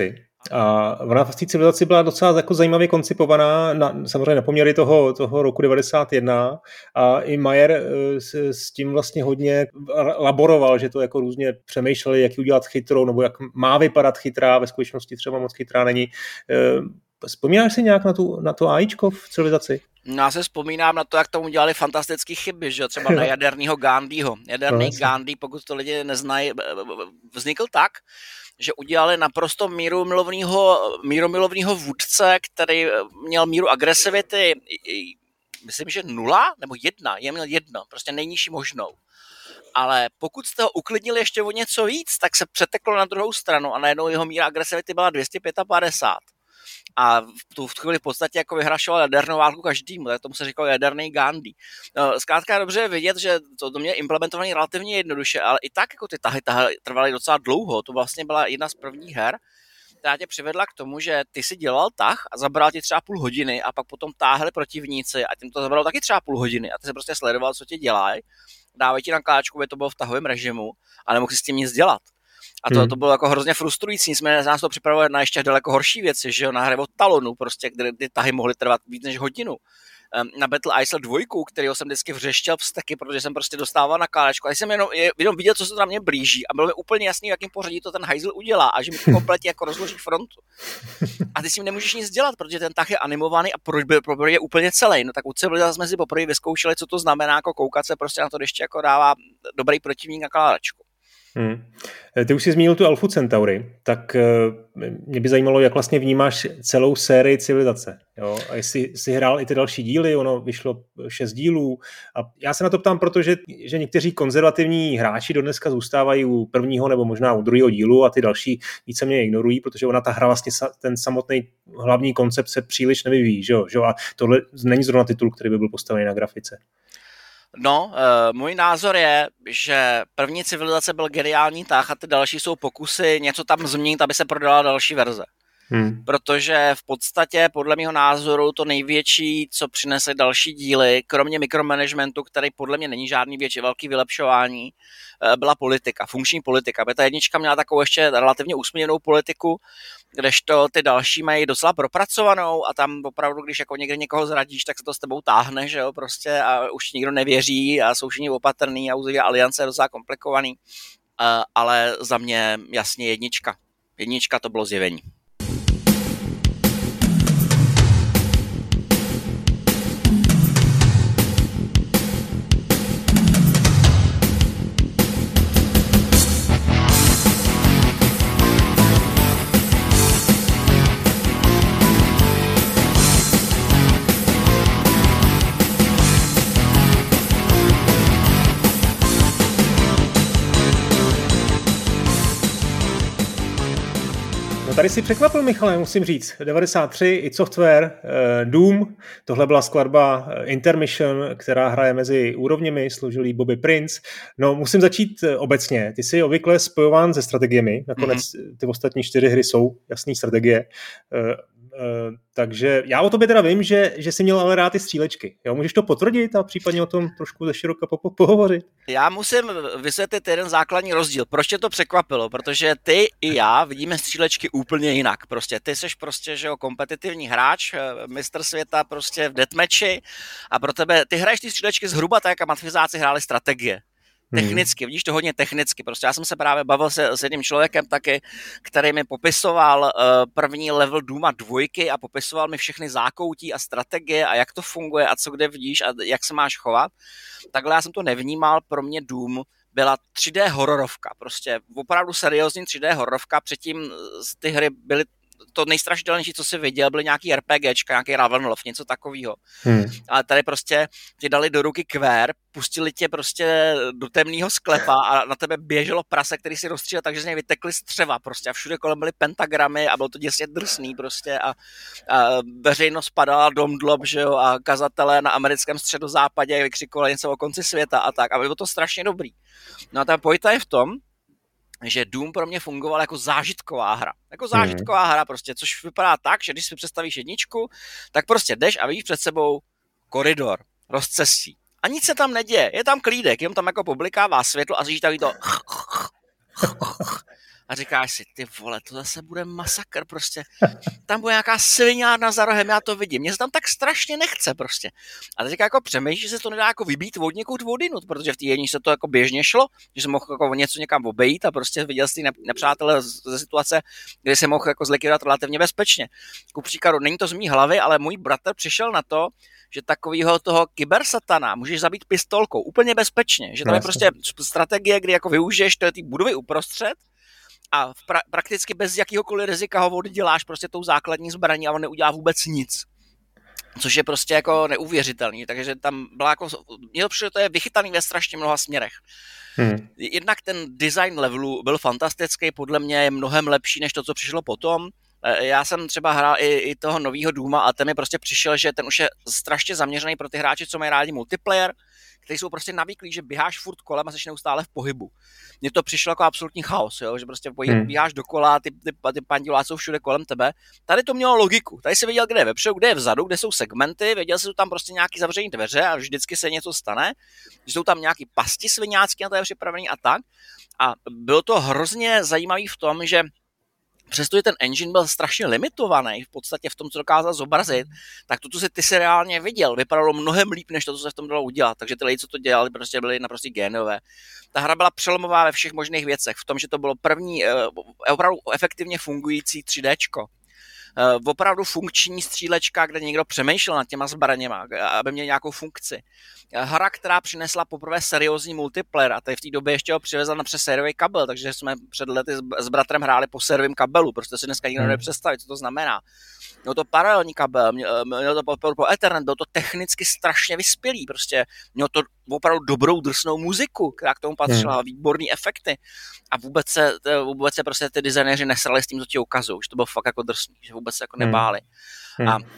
A ona v té civilizaci byla docela jako zajímavě koncipovaná, na, samozřejmě na poměry toho, toho roku devadesát jedna a i Mayer s, s tím vlastně hodně laboroval, že to jako různě přemýšleli, jak ji udělat chytrou, nebo jak má vypadat chytrá, ve skutečnosti třeba moc chytrá není. Vzpomínáš si nějak na, tu, na to AIčko v civilizaci? No, já se vzpomínám na to, jak tomu dělali fantastické chyby, že třeba na jadernýho Gandhiho. Jaderný no, Gandhi, pokud to lidi neznají, vznikl tak, že udělali naprosto mírumilovného, mírumilovného vůdce, který měl míru agresivity, myslím, že nula nebo jedna, je měl jedna, prostě nejnižší možnou. Ale pokud jste ho uklidnili ještě o něco víc, tak se přeteklo na druhou stranu a najednou jeho míra agresivity byla dvě stě padesát pět. A v tu chvíli v podstatě jako vyhrašoval jadernou válku každému, tak tomu se říkal jaderný Gandhi. No, zkrátka je dobře vidět, že to do mě je implementované relativně jednoduše, ale i tak jako ty tahy, tahy trvaly docela dlouho. To vlastně byla jedna z prvních her, která tě přivedla k tomu, že ty si dělal tah a zabral ti třeba půl hodiny a pak potom táhli protivníci a tím to zabralo taky třeba půl hodiny a ty se prostě sledoval, co ti dělají, dávají ti na kláčku, aby to bylo v tahovém režimu a nemohl si s tím nic dělat. A to, to bylo jako hrozně frustrující, jsme nás to připravovali na ještě daleko horší věci, že jo, na hry od Talonu, prostě, kde ty tahy mohly trvat víc než hodinu. Na Battle Isle dva, kterýho jsem vždycky vřeštěl vzteky, protože jsem prostě dostával na kálečku a jsem jenom, jenom viděl, co se to na mě blíží a bylo mi úplně jasný, v jakým pořadí to ten hajzl udělá a že mi to kompletně jako rozloží frontu. A ty s tím nemůžeš nic dělat, protože ten tah je animovaný a poprvé je úplně celý. No tak u civilizace jsme si poprvé vyzkoušeli, co to znamená jako koukat se prostě na to, když jako dává dobrý protivník na kálečku. Hmm. Ty už jsi zmínil tu Alphu Centauri, tak mě by zajímalo, jak vlastně vnímáš celou sérii Civilizace. Jo? A jestli jsi hrál i ty další díly, ono vyšlo šest dílů. A já se na to ptám, protože že někteří konzervativní hráči dodneska zůstávají u prvního nebo možná u druhého dílu a ty další víceméně ignorují, protože ona ta hra vlastně ten samotný hlavní koncept se příliš nevyvíjí. Že jo? A tohle není zrovna titul, který by byl postavený na grafice. No, uh, můj názor je, že první Civilizace byl geniální tah a ty další jsou pokusy něco tam změnit, aby se prodala další verze. Hmm. Protože v podstatě podle mého názoru to největší, co přinesly další díly, kromě mikromanagementu, který podle mě není žádný větší velký vylepšování, byla politika, funkční politika. Beta jednička měla takovou ještě relativně usměrnou politiku, kdežto ty další mají docela propracovanou a tam opravdu, když jako někde někoho zradíš, tak se to s tebou táhne, že jo, prostě a už nikdo nevěří a jsou všichni opatrný a uzavírá aliance je docela komplikovaný, ale za mě jasně jednička. Jednička to bylo zjevení. Tady si překvapil, Michale, musím říct. devadesát tři, id Software, Doom, tohle byla skladba Intermission, která hraje mezi úrovněmi, složil jí Bobby Prince. No, musím začít obecně. Ty jsi obvykle spojován se strategiemi, nakonec mm-hmm. ty ostatní čtyři hry jsou jasný strategie. Uh, takže já o tobě teda vím, že, že jsi měl ale rád ty střílečky. Jo? Můžeš to potvrdit a případně o tom trošku ze široka po- po- pohovořit? Já musím vysvětlit jeden základní rozdíl. Proč tě to překvapilo? Protože ty i já vidíme střílečky úplně jinak. Prostě ty jsi prostě, že jo, kompetitivní hráč, mistr světa prostě v deathmatchi a pro tebe, ty hraješ ty střílečky zhruba tak, jak matfizáci hráli strategie. Technicky, vidíš to hodně technicky. Prostě já jsem se právě bavil se s jedním člověkem taky, který mi popisoval uh, první level Dooma dvojky a popisoval mi všechny zákoutí a strategie a jak to funguje a co kde vidíš a jak se máš chovat. Takhle já jsem to nevnímal, pro mě Doom byla tři dé hororovka, prostě opravdu seriózní tři dé hororovka, předtím ty hry byly to nejstrašidelnější, co jsi viděl, byly nějaký RPGčka, nějaký Ravenloft, něco takového. Hmm. Ale tady prostě ti dali do ruky kvér, pustili tě prostě do temného sklepa a na tebe běželo prase, který si rozstřílel, takže z něj vytekly střeva prostě a všude kolem byly pentagramy a bylo to děsně drsný prostě a, a veřejnost padala domdlob, že jo, a kazatelé na americkém středozápadě vykřikovali něco o konci světa a tak a bylo to strašně dobrý. No a ta pointa je v tom, že Doom pro mě fungoval jako zážitková hra. Jako zážitková hra prostě, což vypadá tak, že když si představíš jedničku, tak prostě jdeš a vidíš před sebou koridor, rozcestí. A nic se tam neděje, je tam klídek, jenom tam jako poblikává světlo a slyšíš takový to a říkáš si, ty vole, to zase bude masakr prostě. Tam bude nějaká sviňárna za rohem, já to vidím. Mně se tam tak strašně nechce prostě. A teď jako přemýšlíš, že se to nedá jako vybít od někud odinut, protože v té jedničce se to jako běžně šlo, že jsem mohl jako něco někam obejít a prostě viděl jsi nepřátelé ze situace, kdy se mohl jako zlikvidovat relativně bezpečně. Ku příkladu, není to z mý hlavy, ale můj bratr přišel na to, že takovýho toho kybersatana můžeš zabít pistolkou úplně bezpečně, že tam je prostě strategie, kdy jako využiješ té budovy uprostřed a pra- prakticky bez jakýhokoliv rizika ho odděláš prostě tou základní zbraní a on neudělá vůbec nic. Což je prostě jako neuvěřitelný, takže tam byla jako, mně to přišlo, to je vychytaný ve strašně mnoha směrech. Hmm. Jednak ten design levelu byl fantastický, podle mě je mnohem lepší než to, co přišlo potom. Já jsem třeba hrál i, i toho novýho Dooma a ten mi prostě přišel, že ten už je strašně zaměřený pro ty hráče, co mají rádi multiplayer, kteří jsou prostě navyklí, že běháš furt kolem a jsi neustále v pohybu. Mně to přišlo jako absolutní chaos, jo? Že prostě hmm. běháš dokola, ty, ty, ty pandiláci jsou všude kolem tebe. Tady to mělo logiku. Tady jsi věděl, kde je vepředu, kde je vzadu, kde jsou segmenty, věděl jsi, že jsou tam prostě nějaký zavřený dveře a vždycky se něco stane, že jsou tam nějaký pasti sviňácky na to je připravený a tak. A bylo to hrozně zajímavý v tom, že přestože ten engine byl strašně limitovaný v podstatě v tom, co dokázal zobrazit, tak to, co si ty si reálně viděl, vypadalo mnohem líp, než to, co se v tom dalo udělat. Takže ty lidi, co to dělali, prostě byli naprosto génové. Ta hra byla přelomová ve všech možných věcech. V tom, že to bylo první opravdu efektivně fungující tři déčko. Opravdu funkční střílečka, kde někdo přemýšlel nad těma zbraněma, aby měl nějakou funkci. Hra, která přinesla poprvé seriózní multiplayer a tady v té době ještě ho přivezla na přes sériový kabel, takže jsme před lety s bratrem hráli po sériovém kabelu, prostě si dneska nikdo nevím představit, co to znamená. Mělo to paralelní kabel, mělo to podporu po Ethernet, bylo to technicky strašně vyspělý, prostě mělo to opravdu dobrou drsnou muziku, která k tomu patřila, výborný efekty a vůbec se, vůbec se prostě ty designéři nesrali s tím, co ti ukazují, že to bylo fakt jako drsný, že vůbec se jako nebáli. Hmm. A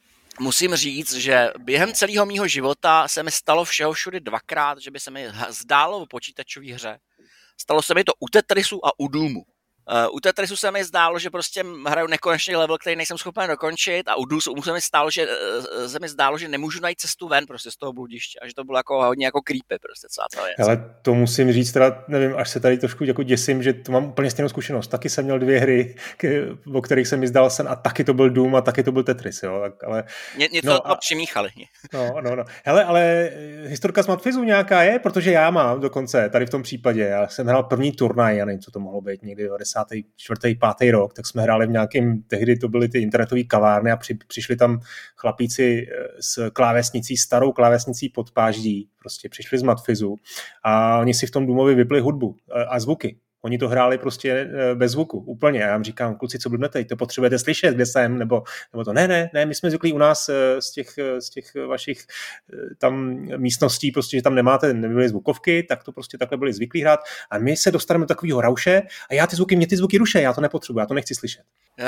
musím říct, že během celého mýho života se mi stalo všeho všude dvakrát, že by se mi zdálo v počítačové hře. Stalo se mi to u Tetrisu a u Doomu. Uh, u Tetrisu se mi zdálo, že prostě hraju nekonečný level, který nejsem schopen dokončit a u Doomu se mi zdálo, že, uh, se mi zdálo, že nemůžu najít cestu ven prostě z toho bludiště a že to bylo jako hodně jako creepy prostě celá ta věc. Ale to musím říct, teda nevím, až se tady trošku jako děsím, že to mám úplně stejnou zkušenost. Taky jsem měl dvě hry, o kterých se mi zdal sen a taky to byl Doom a taky to byl Tetris, jo. Tak, ale, Ně, něco no, a... přimíchali. No, no, no. Hele, ale historka z Matfizu nějaká je, protože já mám dokonce tady v tom případě. Já jsem hrál první turnaj, já nevím, co to mohlo být, někdy devadesátý čtvrtý, pátý rok, tak jsme hráli v nějakém, tehdy to byly ty internetové kavárny a při, přišli tam chlapíci s klávesnicí, starou klávesnicí pod páždí, prostě přišli z Matfizu a oni si v tom Doomovi vypli hudbu a zvuky. Oni to hráli prostě bez zvuku, úplně. Já vám říkám, kluci, co blbnete, to potřebujete slyšet, kde jsem, nebo, nebo to, ne, ne, ne, my jsme zvyklí u nás z těch, z těch vašich tam místností, prostě, že tam nemáte, nebyly zvukovky, tak to prostě takhle byli zvyklí hrát a my se dostaneme do takového rauše a já ty zvuky, mě ty zvuky ruší, já to nepotřebuji, já to nechci slyšet.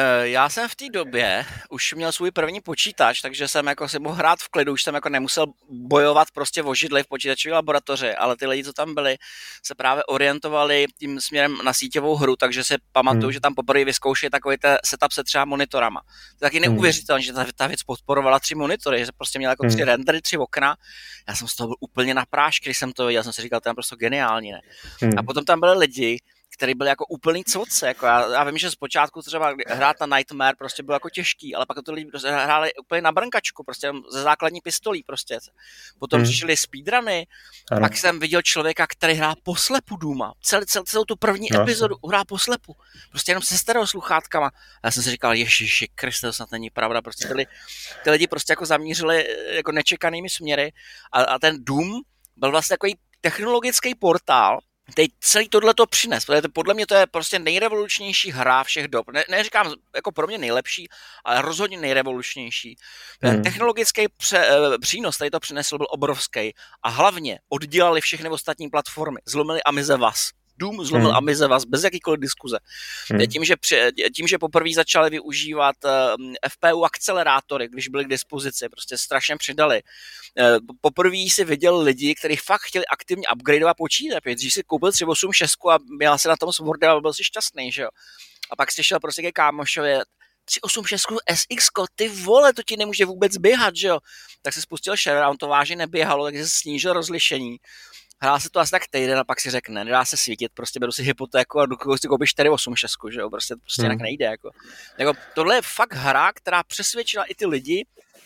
Já jsem v té době už měl svůj první počítač, takže jsem jako si mohl hrát v klidu, už jsem jako nemusel bojovat prostě o židli v počítačové laboratoři, ale ty lidi, co tam byli, se právě orientovali tím směrem na síťovou hru, takže si pamatuju, hmm. že tam poprvé vyzkoušeli takový setup se třeba monitorama. To je taky neuvěřitelné, hmm. že ta, ta věc podporovala tři monitory, že prostě měla jako hmm. tři rendery, tři okna. Já jsem z toho byl úplně na prášky, když jsem to viděl, jsem si říkal, to je prostě geniální, ne? Hmm. A potom tam byli lidi, který byl jako úplný coce, jako já, já vím, že zpočátku třeba hrát na Nightmare prostě bylo jako těžký, ale pak to lidi prostě hráli úplně na brnkačku, prostě ze základní pistolí prostě. Potom hmm. přišly speedruny, ano. Pak jsem viděl člověka, který hrál poslepu Dooma, Cel, cel, celou tu první no. epizodu hrál poslepu, prostě jenom se stereo sluchátkama. A já jsem si říkal, ježiši Kriste, to snad není pravda, prostě ty, ty lidi prostě jako zamířili jako nečekanými směry a, a ten Doom byl vlastně takový technologický portál, teď celý tohleto přines, protože podle mě to je prostě nejrevolučnější hra všech dob. Ne, neříkám jako pro mě nejlepší, ale rozhodně nejrevolučnější. Hmm. Technologický pře, přínos tady to přinesl byl obrovský a hlavně oddělali všechny ostatní platformy. Zlomili Amize Vas. Doom zlomil hmm. Amize Vas bez jakýkoliv diskuze. Hmm. Tím, že, tím, že poprvé začali využívat F P U akcelerátory, když byly k dispozici, prostě strašně přidali. Poprvé si viděl lidi, kteří fakt chtěli aktivně upgradeovat počítač. Když si koupil tři osm šest a měl se na tom s Wordem a byl si šťastný, že jo. A pak si šel prostě ke kámošovi, tři osm šest S X, ty vole, to ti nemůže vůbec běhat, že jo. Tak se spustil share, on to vážně neběhalo, takže se snížil rozlišení. hrál se to asi tak týden a pak si řekne, nedá se svítit, prostě beru si hypotéku a dokud si koupíš čtyři osm šest, že jo, prostě, prostě hmm. jinak nejde, jako. jako. Tohle je fakt hra, která přesvědčila i ty lidi,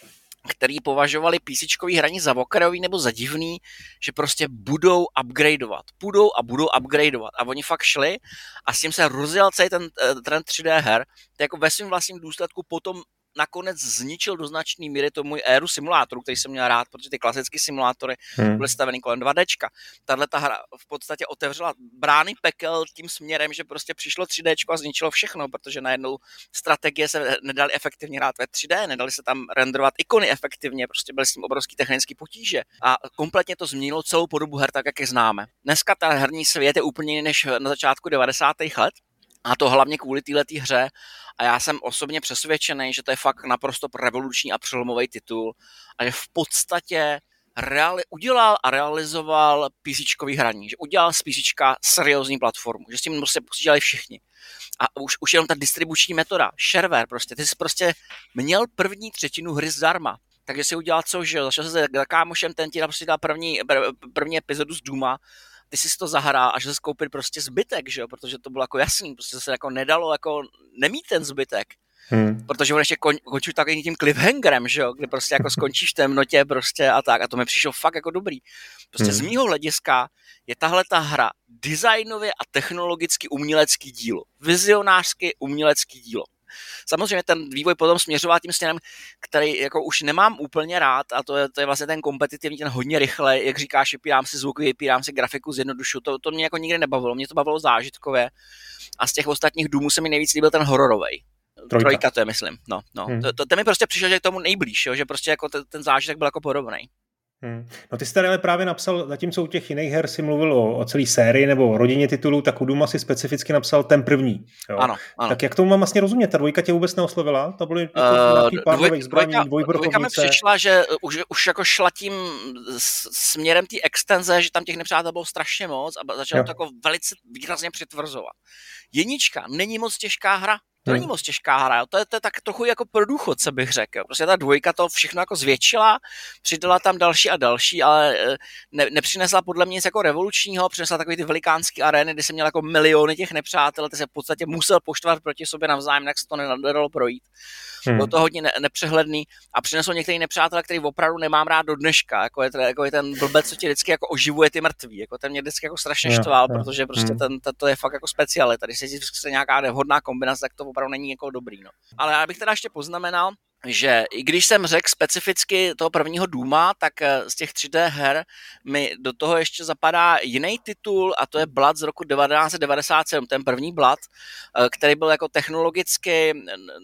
který považovali písíčkový hraní za okrajový nebo za divný, že prostě budou upgradeovat. Budou a budou upgradeovat. A oni fakt šli a s tím se rozjel celý ten trend tři dé her, to jako ve svým vlastním důsledku potom nakonec zničil do značné míry to můj éru simulátorů, který jsem měl rád, protože ty klasické simulátory hmm. byly stavený kolem dva déčka. Tahle ta hra v podstatě otevřela brány pekel tím směrem, že prostě přišlo tři déčko a zničilo všechno, protože najednou strategie se nedaly efektivně hrát ve tři dé, nedali se tam renderovat ikony efektivně, prostě byly s tím obrovský technický potíže a kompletně to změnilo celou podobu her tak, jak je známe. Dneska ta herní svět je úplně jiný než na začátku devadesátých let. A to hlavně kvůli této hře. A já jsem osobně přesvědčený, že to je fakt naprosto revoluční a přelomový titul. A že v podstatě reali- udělal a realizoval písíčkový hraní. Že udělal z písíčka seriózní platformu. Že s tím prostě dělali všichni. A už, už jenom ta distribuční metoda, shareware prostě. Ty jsi prostě měl první třetinu hry zdarma. Takže si udělal co, že jo? Začal se s kámošem, ten ti prostě dal první, první epizodu z Duma. Ty jsi to zahrál a že se skoupil prostě zbytek, že jo, protože to bylo jako jasný, prostě se jako nedalo jako nemít ten zbytek, hmm. protože on ještě kon, končil takovým tím cliffhangerem, že jo, kde prostě jako skončíš v temnotě prostě a tak a to mi přišlo fakt jako dobrý. Prostě hmm. z mýho hlediska je tahle ta hra designově a technologicky umělecký dílo, vizionářsky umělecký dílo. Samozřejmě ten vývoj potom směřoval tím směrem, který jako už nemám úplně rád a to je, to je vlastně ten kompetitivní, ten hodně rychle, jak říkáš, vypírám si zvuk, vypírám si grafiku, zjednodušu, to, to mě jako nikdy nebavilo, mě to bavilo zážitkově a z těch ostatních důmů se mi nejvíc líbil ten hororovej. Trojka, Trojka to je, myslím, no, no. Hmm. To, to, to mi prostě přišlo, že k tomu nejblíž, jo? Že prostě jako ten, ten zážitek byl jako podobný. Hmm. No ty jsi tady ale právě napsal, zatímco u těch jiných her si mluvil o, o celé sérii nebo o rodině titulů, tak u Duma si specificky napsal ten první. Jo? Ano, ano. Tak jak tomu mám vlastně rozumět? Ta dvojka tě vůbec neoslovila? To byly uh, nějaký pár nových zbraní, dvojbrokovnice. Dvojka mi přišla, že už, už jako šla tím směrem té extenze, že tam těch nepřátel bylo strašně moc a začalo to jako velice výrazně přitvrzovat. Jednička není moc těžká hra. To není moc těžká hra, to je, to je tak trochu jako pro důchodce, bych řekl. Jo. Prostě ta dvojka to všechno jako zvětšila, přidala tam další a další, ale ne, nepřinesla podle mě nic jako revolučního, přinesla takový ty velikánský arény, kdy jsem měl jako miliony těch nepřátel, ty se v podstatě musel poštvat proti sobě navzájem, tak se to nedalo projít. Hmm. Bylo to hodně ne- nepřehledný a přineslo některý nepřátelé, který opravdu nemám rád do dneška, jako je, t- jako je ten blbec, co ti vždycky jako oživuje ty mrtví, jako ten mě vždycky jako strašně štval, yeah, protože prostě hmm. ten, ten, to je fakt jako specialita, když se zjistí nějaká nevhodná kombinace, tak to opravdu není jako dobrý, no. Ale já bych teda ještě poznamenal, že i když jsem řekl specificky toho prvního Duma, tak z těch tři dé her mi do toho ještě zapadá jiný titul a to je Blood z roku devatenáct set devadesát sedm, ten první Blood, který byl jako technologicky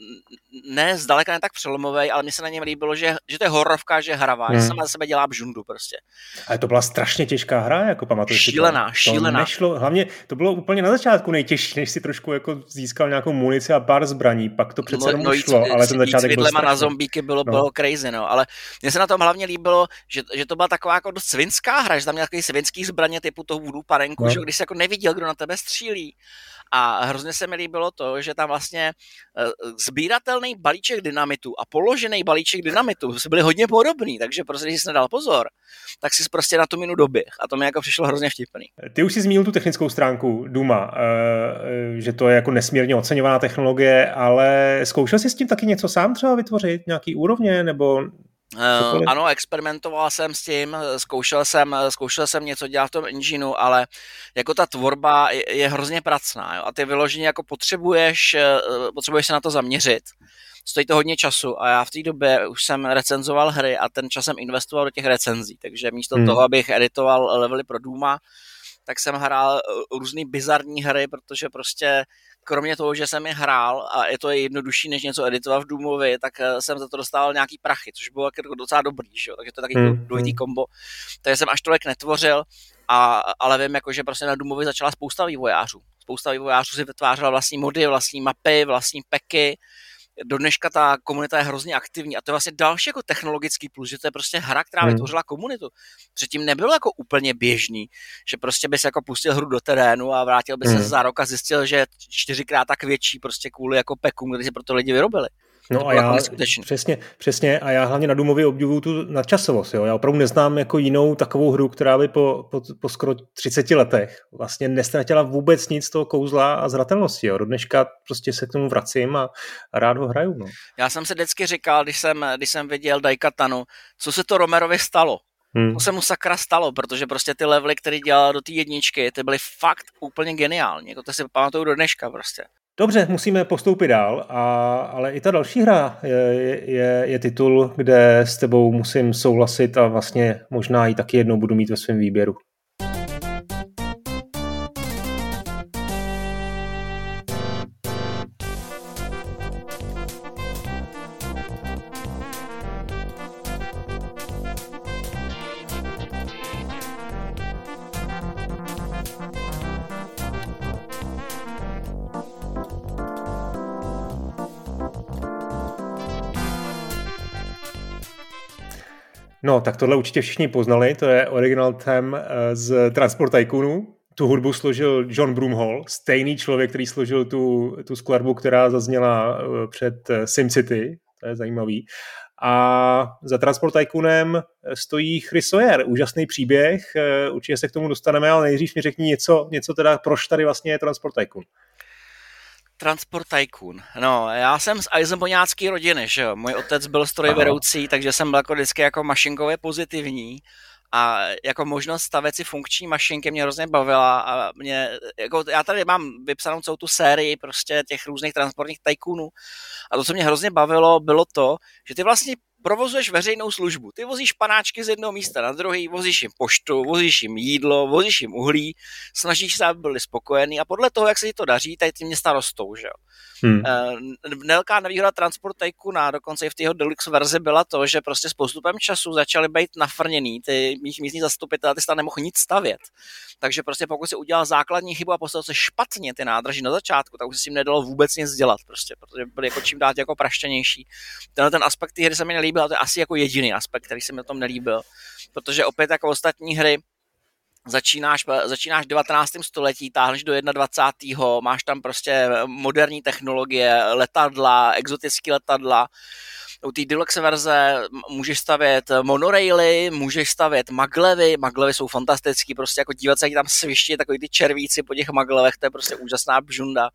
ne zdaleka ne tak přelomový, ale mně se na něm líbilo, že, že to je hororovka, že je hravá, hmm. že sama za sebe dělá bžundu prostě. Ale to byla strašně těžká hra, jako pamatuješ si to? Šílená, šílená. Nešlo, hlavně to bylo úplně na začátku nejtěžší, než si trošku jako získal nějakou munici a pár zbraní, pak to přece jenom no, šlo, no, ale ten začátek byl strašný. Na zombíky bylo, no. bylo crazy, no, ale mně se na tom hlavně líbilo, že, že to byla taková jako dost svinská hra, že tam měl takový svinský zbraně typu toho voodoo panenku, no. Že když se jako neviděl, kdo na tebe střílí. A hrozně se mi líbilo to, že tam vlastně sbíratelný balíček dynamitu a položený balíček dynamitu byly hodně podobný, takže prostě, když jsi nedal pozor, tak jsi prostě na tu minu doběh a to mi jako přišlo hrozně vtipný. Ty už jsi zmínil tu technickou stránku Duma, že to je jako nesmírně oceňovaná technologie, ale zkoušel jsi s tím taky něco sám třeba vytvořit, nějaký úrovně, nebo... Uh, ano, experimentoval jsem s tím, zkoušel jsem, zkoušel jsem něco dělat v tom engineu, ale jako ta tvorba je, je hrozně pracná, jo? A ty vyloženě jako potřebuješ, potřebuješ se na to zaměřit. Stojí to hodně času a já v té době už jsem recenzoval hry a ten čas jsem investoval do těch recenzí, takže místo hmm. toho, abych editoval levely pro Duma, tak jsem hrál různý bizarní hry, protože prostě kromě toho, že jsem je hrál a je to jednodušší, než něco editovat v Doomovi, tak jsem za to dostával nějaký prachy, což bylo docela dobrý, že? Takže to je taky hmm. dvojitý kombo. Takže jsem až tolik netvořil, a, ale vím, jako, že prostě na Doomovi začala spousta vývojářů. Spousta vývojářů si vytvářela vlastní mody, vlastní mapy, vlastní peky. Do dneška ta komunita je hrozně aktivní a to je vlastně další jako technologický plus, že to je prostě hra, která hmm. vytvořila komunitu. Předtím nebylo jako úplně běžný, že prostě bys jako pustil hru do terénu a vrátil by se hmm. za rok a zjistil, že je čtyřikrát tak větší prostě kvůli jako pekům, který si proto lidi vyrobili. No a já přesně, přesně a já hlavně na Doomově obdivuju tu nadčasovost. Jo? Já opravdu neznám jako jinou takovou hru, která by po, po, po skoro třiceti letech vlastně nestratila vůbec nic z toho kouzla a zratelnosti. Jo? Do dneška prostě se k tomu vracím a, a rád ho hraju. No. Já jsem se vždycky říkal, když jsem, když jsem viděl Daikatanu, co se to Romerovi stalo. Hmm. To se mu sakra stalo, protože prostě ty levely, které dělal do té jedničky, ty byly fakt úplně geniální. Jako to si pamatuju do dneška prostě. Dobře, musíme postoupit dál, a, ale i ta další hra je, je, je titul, kde s tebou musím souhlasit a vlastně možná i taky jednou budu mít ve svém výběru. No, tak tohle určitě všichni poznali, to je original theme z Transport Tycoonu. Tu hudbu složil John Broomhall, stejný člověk, který složil tu, tu skladbu, která zazněla před SimCity, to je zajímavý. A za Transport Tycoonem stojí Chris Sawyer, úžasný příběh, určitě se k tomu dostaneme, ale nejdřív mi řekni něco, něco teda, proč tady vlastně je Transport Tycoon. Transport Tycoon. No, já jsem z eisenboňácké rodiny, že jo. Můj otec byl strojvedoucí, takže jsem byl jako vždycky jako mašinkově pozitivní a jako možnost stavět si funkční mašinky mě hrozně bavila a mě, jako já tady mám vypsanou celou tu sérii prostě těch různých transportních tycoonů a to, co mě hrozně bavilo, bylo to, že ty vlastně provozuješ veřejnou službu. Ty vozíš panáčky z jednoho místa na druhý, vozíš jim poštu, vozíš jim jídlo, vozíš jim uhlí, snažíš se, aby byli spokojení a podle toho, jak se ti to daří, tady ty města rostou, že jo. Hmm. Velká nevýhoda Transport Tycoona, dokonce i v té jeho deluxe verzi byla to, že prostě s postupem času začaly být nafrněný, ty místní zastupitelé, ty jsi tam nemohl nic stavět. Takže prostě pokud si udělal základní chybu a postavil se špatně ty nádraží na začátku, tak už si s tím nedalo vůbec nic dělat, prostě, protože byly jako čím dál jako praštěnější. Tenhle ten aspekt té hry se mi nelíbil, a to je asi jako jediný aspekt, který se mi na tom nelíbil, protože opět jako ostatní hry Začínáš, začínáš v devatenáctém století, táhneš do dvacátého prvního máš tam prostě moderní technologie, letadla, exotické letadla. U té deluxe verze můžeš stavět monoraily, můžeš stavět maglevy, maglevy jsou fantastický, prostě jako dívat se, jak tam sviští takový ty červíci po těch maglevech, to je prostě úžasná bžunda.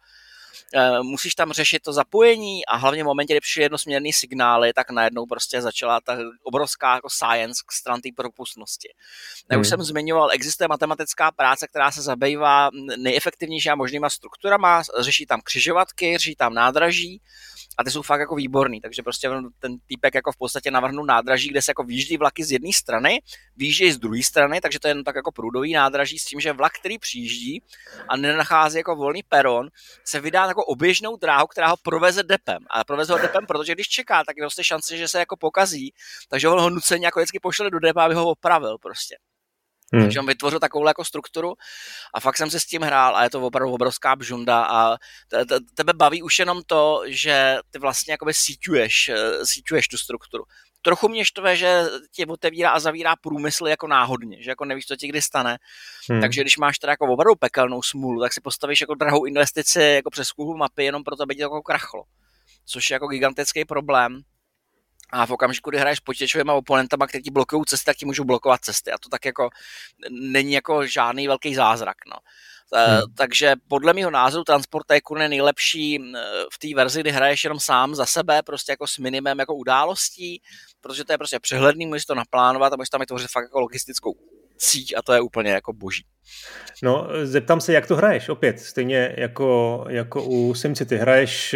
Musíš tam řešit to zapojení a hlavně v momentě, kdy přišly jednosměrný signály, tak najednou prostě začala ta obrovská jako science stran té propustnosti. Hmm. Už jsem zmiňoval, existuje matematická práce, která se zabývá nejefektivnějšíma možnýma strukturama, řeší tam křižovatky, řeší tam nádraží a ty jsou fakt jako výborný, takže prostě ten týpek jako v podstatě navrhnul nádraží, kde se jako výjíždí vlaky z jedné strany, výjíždějí z druhé strany, takže to je jen tak jako průdový nádraží s tím, že vlak, který přijíždí a nenachází jako volný peron, se vydá jako oběžnou dráhu, která ho proveze depem. A proveze ho depem, protože když čeká, tak je prostě šance, že se jako pokazí, takže on ho nuceně jako vždycky pošle do depa, aby ho opravil prostě. Hmm. Takže on vytvořil takovou jako strukturu a fakt jsem se s tím hrál a je to opravdu obrovská bžunda a tebe baví už jenom to, že ty vlastně jakoby síťuješ, síťuješ tu strukturu. Trochu mě štve, že tě otevírá a zavírá průmysl jako náhodně, že jako nevíš, co ti kdy stane. Hmm. Takže když máš teda jako opravdu pekelnou smůlu, tak si postavíš jako drahou investici jako přes Google mapy jenom proto, aby ti to jako krachlo. Což je jako gigantický problém. A v okamžiku, kdy hraješ počítačovýma oponentama, kteří ti blokují cesty, tak ti můžou blokovat cesty. A to tak jako není jako žádný velký zázrak. No. Hmm. Takže podle mého názoru Transport Tycoon je nejlepší v té verzi, kdy hraješ jenom sám za sebe, prostě jako s minimem jako událostí, protože to je prostě přehledný, můžeš to naplánovat a můžeš tam vytvořit fakt jako logistickou síť a to je úplně jako boží. No, zeptám se, jak to hraješ opět, stejně jako, jako u SimCity. Hraješ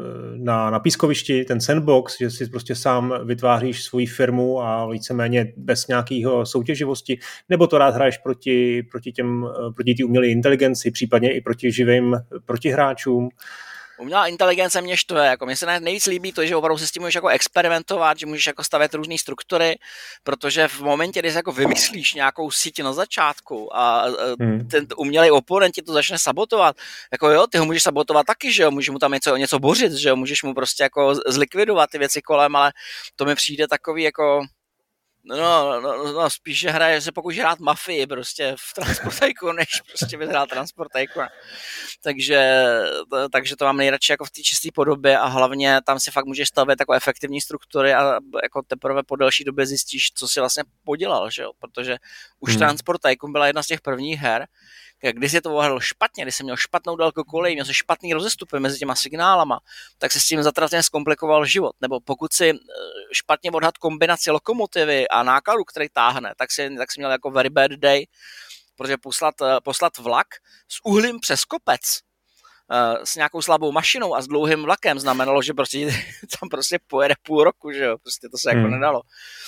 na, na pískovišti, ten sandbox, že si prostě sám vytváříš svoji firmu a víceméně bez nějakého soutěživosti, nebo to rád hraješ proti, proti těm, proti té umělé inteligenci, případně i proti živým protihráčům. Umělá inteligence mě štve, jako mě se nejvíc líbí to, že opravdu se s tím můžeš jako experimentovat, že můžeš jako stavět různé struktury, protože v momentě, kdy se jako vymyslíš nějakou síť na začátku a hmm. ten umělý oponent ti to začne sabotovat, jako jo, ty ho můžeš sabotovat taky, že jo, můžeš mu tam něco, něco bořit, že jo, můžeš mu prostě jako zlikvidovat ty věci kolem, ale to mi přijde takový jako No, no, no, no spíš, že hraje, že pokud hrát mafii prostě v Transport Tycoon, než prostě vyhrál Transport Tycoon. Takže, to, takže to mám nejradši jako v té čisté podobě a hlavně tam si fakt můžeš stavět jako efektivní struktury a jako teprve po delší době zjistíš, co si vlastně podělal, že jo? Protože už hmm. Transport Tycoon byla jedna z těch prvních her, když si to ohrál špatně, když jsi měl špatnou délku kolejí, měl jsi špatný rozestupy mezi těma signálama, tak se s tím zatraceně zkomplikoval život. Nebo pokud si špatně odhad kombinaci lokomotivy a nákladu, který táhne, tak si, tak si měl jako very bad day, protože poslat, poslat vlak s uhlím přes kopec s nějakou slabou mašinou a s dlouhým vlakem znamenalo, že prostě tam prostě pojede půl roku, že jo, prostě to se jako hmm. nedalo.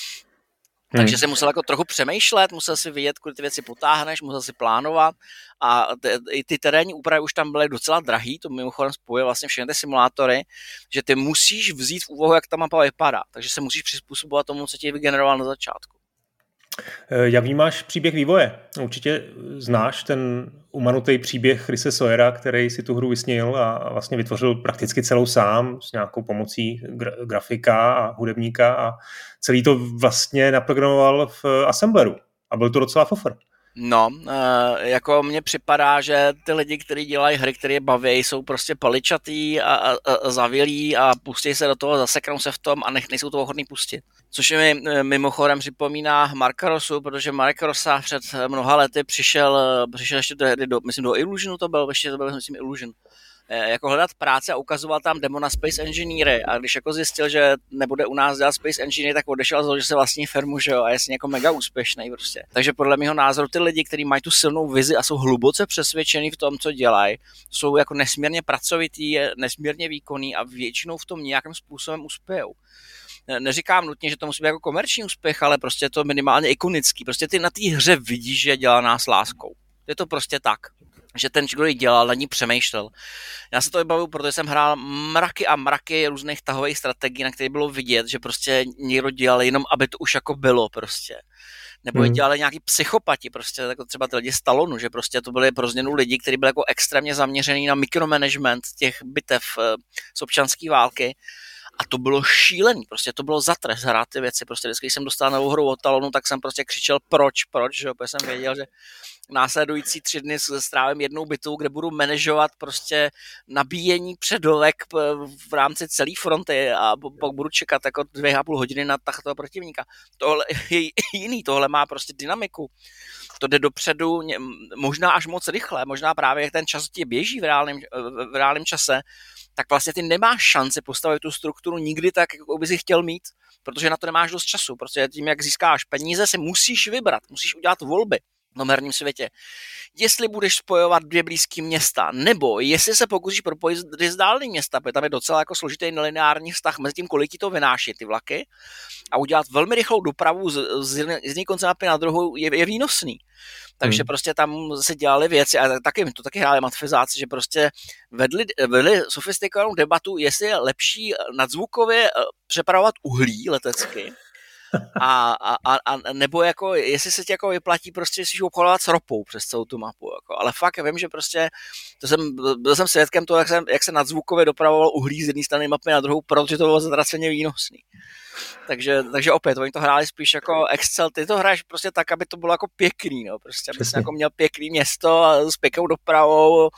Hmm. Takže jsem musel jako trochu přemýšlet, musel si vidět, kudy ty věci potáhneš, musel si plánovat a ty, ty terénní úpravy už tam byly docela drahý, to mimochodem spojuje vlastně všechny ty simulátory, že ty musíš vzít v úvahu, jak ta mapa vypadá, takže se musíš přizpůsobovat tomu, co ti vygeneroval na začátku. Jak vnímáš příběh vývoje? Určitě znáš ten umanutý příběh Chrise Sawyera, který si tu hru vysnil a vlastně vytvořil prakticky celou sám s nějakou pomocí gra- grafika a hudebníka a celý to vlastně naprogramoval v Assembleru a byl to docela fofr. No, jako mně připadá, že ty lidi, kteří dělají hry, které je baví, jsou prostě paličatý a, a, a zavělí a pustí se do toho, zaseknou se v tom a nech, nejsou toho hodný pustit. Což mi mimochodem připomíná Marka Rossu, protože Marek Rossa před mnoha lety přišel, přišel ještě do, do, myslím do Illusionu to byl, ještě to byl myslím Illusion, jako hledat práce a ukazoval tam demo na Space Engineery a když jako zjistil, že nebude u nás dělat Space Engineer, tak odešel a založil se vlastní firmu, že jo, a je jako mega úspěšný prostě. Takže podle mého názoru ty lidi, kteří mají tu silnou vizi a jsou hluboce přesvědčení v tom, co dělají, jsou jako nesmírně pracovitý, nesmírně výkonný a většinou v tom nějakým způsobem uspějou. Neříkám nutně, že to musí být jako komerční úspěch, ale prostě je to minimálně ikonický. Prostě ty na té hře vidíš, že je dělaná s láskou. Je to prostě tak, že ten, kdo ji dělal, na ní přemýšlel. Já se to vybavuju, protože jsem hrál mraky a mraky různých tahových strategií, na které bylo vidět, že prostě někdo dělal jenom, aby to už jako bylo prostě. Nebo hmm. dělali nějaký psychopati, prostě jako třeba ty lidi z Talonu, že prostě to byly pro změnu lidi, kteří byli jako extrémně zaměřený na mikromanagement těch bitev z občanské války. A to bylo šílený, prostě to bylo zatres hrát ty věci, prostě vždycky, když jsem dostal novou hru od Talonu, tak jsem prostě křičel proč, proč, že jo, protože jsem věděl, že následující tři dny strávím jednou bitvou, kde budu manažovat prostě nabíjení předolek v rámci celé fronty a pak budu čekat jako dvě a půl hodiny na tah toho protivníka. Tohle je jiný, tohle má prostě dynamiku. To jde dopředu, možná až moc rychle, možná právě jak ten čas ti běží v reálném, v reálném čase, tak vlastně ty nemáš šanci postavit tu strukturu nikdy tak, jak by si chtěl mít, protože na to nemáš dost času. Protože tím, jak získáš peníze, si musíš vybrat, musíš udělat volby v tom herním světě. Jestli budeš spojovat dvě blízké města, nebo jestli se pokusíš propojit s dálný města, protože tam je docela jako složitý nelineární vztah mezi tím, kolik ti to vynáší ty vlaky, a udělat velmi rychlou dopravu z, z jedné konce mapy na druhou je, je výnosný. Takže hmm. prostě tam se dělaly věci a taky, to taky hráli matfizáci, že prostě vedli, vedli sofistikovanou debatu, jestli je lepší nadzvukově přepravovat uhlí letecky, a, a, a nebo jako, jestli se ti jako vyplatí prostě si obchodovat s ropou přes celou tu mapu. Jako. Ale fakt já vím, že prostě to jsem, byl jsem svědkem toho, jak, jsem, jak se nadzvukově dopravoval uhlí z jedné strany mapy na druhou, protože to bylo zatraceně výnosný. Takže, takže opět, oni to hráli spíš jako Excel, ty to hraješ prostě tak, aby to bylo jako pěkný, no, prostě, aby jsi jako měl pěkný město s pěknou dopravou,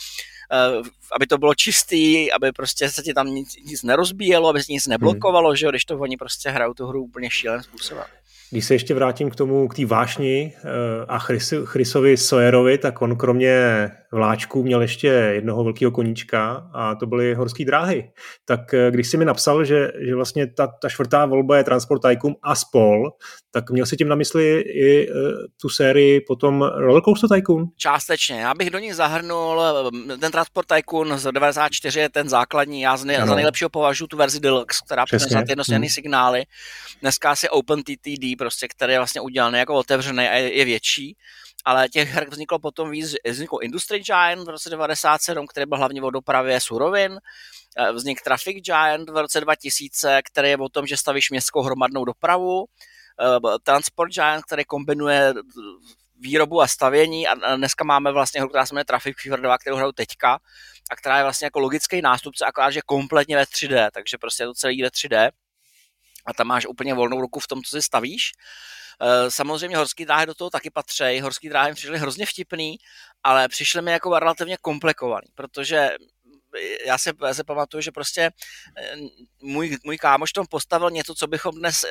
aby to bylo čistý, aby prostě se ti tam nic, nic nerozbíjelo, aby se nic neblokovalo, hmm. že jo, když to oni prostě hrajou tu hru úplně šíleným způsobem. Když se ještě vrátím k tomu, k té vášni a Chris, Chrisovi Sawyerovi, tak on kromě vláčků měl ještě jednoho velkého koníčka a to byly horské dráhy. Tak když jsi mi napsal, že, že vlastně ta, ta čtvrtá volba je Transport Tycoon a spol, tak měl si tím na mysli i tu sérii potom Rollercoaster Tycoon? Částečně. Já bych do nich zahrnul ten Transport Tycoon z devadesát čtyři je ten základní. Já z nej, za nejlepšího považuji tu verzi Deluxe, která přinesla ty jednosměrný hmm. signály. Dneska asi OpenTTD, prostě, který je vlastně udělaný jako otevřený a je, je větší. Ale těch her vzniklo potom víc, vznikl Industry Giant v roce devadesát sedm, který byl hlavně o dopravě surovin. Vznikl Traffic Giant v roce dva tisíce, který je o tom, že stavíš městskou hromadnou dopravu. Transport Giant, který kombinuje výrobu a stavění a dneska máme vlastně hru, která se jmenuje Traffic Fever dva, kterou hraju teďka a která je vlastně jako logický nástupce, akorát, že kompletně ve tři dé, takže prostě je to celý ve tři dé. a tam máš úplně volnou ruku v tom, co si stavíš. Samozřejmě horský dráhy do toho taky patří, horský dráhy mi přišly hrozně vtipný, ale přišly mi jako relativně komplikovaný, protože já si, já si pamatuju, že prostě můj, můj kámoš tam postavil něco, co bychom dnes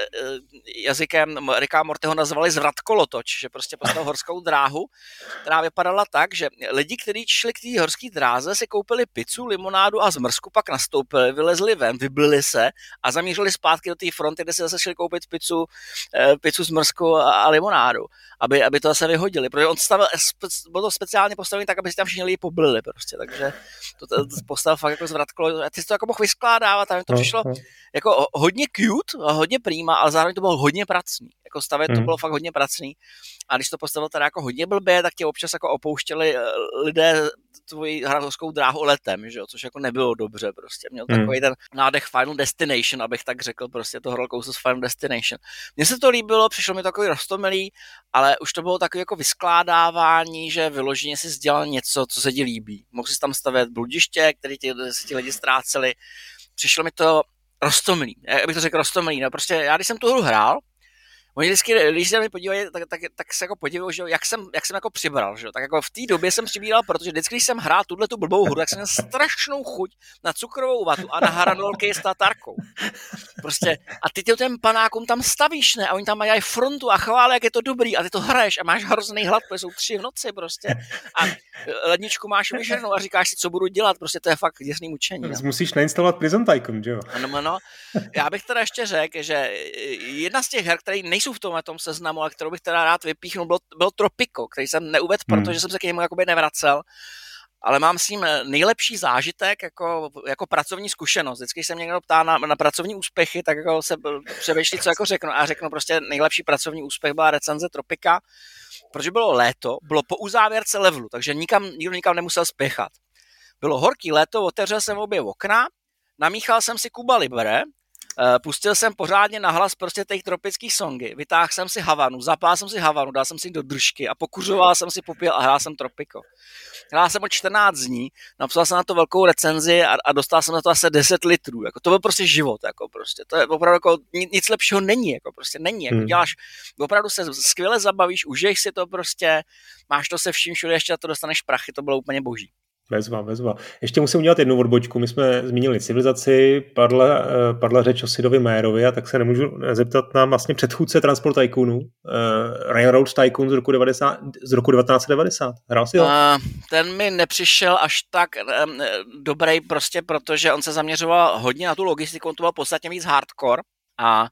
jazykem Ricka Mortyho nazvali zvratkolotoč, že prostě postavil horskou dráhu, která vypadala tak, že lidi, kteří šli k té horské dráze, si koupili pizzu, limonádu a zmrzku, pak nastoupili, vylezli ven, vyblili se a zamířili zpátky do té fronty, kde si zase šli koupit pizzu, pizzu zmrzku a, a limonádu, aby, aby to zase vyhodili, protože on stavil, bylo to speciálně postavené tak, aby si tam všichni lidi poblili prostě, takže to, to, to postavil fakt jako zvratkolo, a ty si to jako mohl vyskládávat a mi to přišlo jako hodně cute, hodně prýma, ale zároveň to bylo hodně pracný. Jako stavět to bylo fakt hodně pracný. A když to postavil teda jako hodně blbě, tak tě občas jako opouštěli lidé tvoji horskou dráhu letem, že jo, což jako nebylo dobře prostě. Měl hmm. takový ten nádech Final Destination, abych tak řekl, prostě to rollercoaster Final Destination. Mně se to líbilo, přišlo mi takový roztomilý, ale už to bylo takové jako vyskládávání, že vyloženě si dělal něco, co se ti líbí. Mohl si tam stavět bludiště, který ti, si ti lidi ztráceli. Přišlo mi to roztomilý, jak bych to řekl roztomilý, no prostě já když jsem tu hru hrál, oni vždycky, když se na mě podívají, tak, tak, tak se jako podívají, že jak jsem, jak jsem jako přibral, že tak jako v té době jsem přibíral, protože vždycky, když jsem hrál tuhle tu blbou hru, tak jsem měl strašnou chuť na cukrovou vatu a na hranolky s tatarkou. Prostě, a ty těm panákům tam stavíš, ne, a oni tam mají frontu a chválí, jak je to dobrý, a ty to hraješ a máš hrozný hlad, protože jsou tři v noci prostě a ledničku máš vyžernou a říkáš si, co budu dělat, prostě to je fakt děsný mučení. No. Musíš nainstalovat Prison Tycoon, že jo? Ano, ano. Já bych teda ještě řekl, že jedna z těch her, které nejsou v tomhle tom seznamu, ale kterou bych teda rád vypíchnul, bylo, bylo Tropico, který jsem neuvedl, hmm. protože jsem se k němu jakoby nevracel, ale mám s ním nejlepší zážitek jako, jako pracovní zkušenost. Vždycky jsem někdo ptá na, na pracovní úspěchy, tak jako se přemýšlí, co jako řeknu. A řeknu prostě nejlepší pracovní úspěch byla recenze Tropika, protože bylo léto, bylo po uzávěrce levelu, takže nikam, nikdo nikam nemusel spěchat. Bylo horký léto, otevřel jsem obě okna, namíchal jsem si Cuba Libre, pustil jsem pořádně nahlas prostě těch tropických songy, vytáhl jsem si Havanu, zapál jsem si Havanu, dal jsem si do držky a pokuřoval jsem si, popil a hrál jsem Tropico. Hrál jsem o čtrnáct dní, napsal jsem na to velkou recenzi a, a dostal jsem na to asi deset litrů. Jako, to byl prostě život. Jako, prostě. To je opravdu jako, nic lepšího není. Jako, prostě není. Jako, hmm. Děláš, opravdu se skvěle zabavíš, užiješ si to prostě, máš to se vším všude, ještě to dostaneš prachy, to bylo úplně boží. Bezva, bezva. Ještě musím udělat jednu odbočku. My jsme zmínili civilizaci, padla, padla řeč o Sidovi Mayerovi, a tak se nemůžu zeptat na vlastně předchůdce Transport Tycoonu, uh, Railroad Tycoon z roku, devadesát, z roku devatenáct set devadesát. Hrál si ho? Uh, ten mi nepřišel až tak um, dobrý prostě, protože on se zaměřoval hodně na tu logistiku, on to byl podstatně víc hardcore a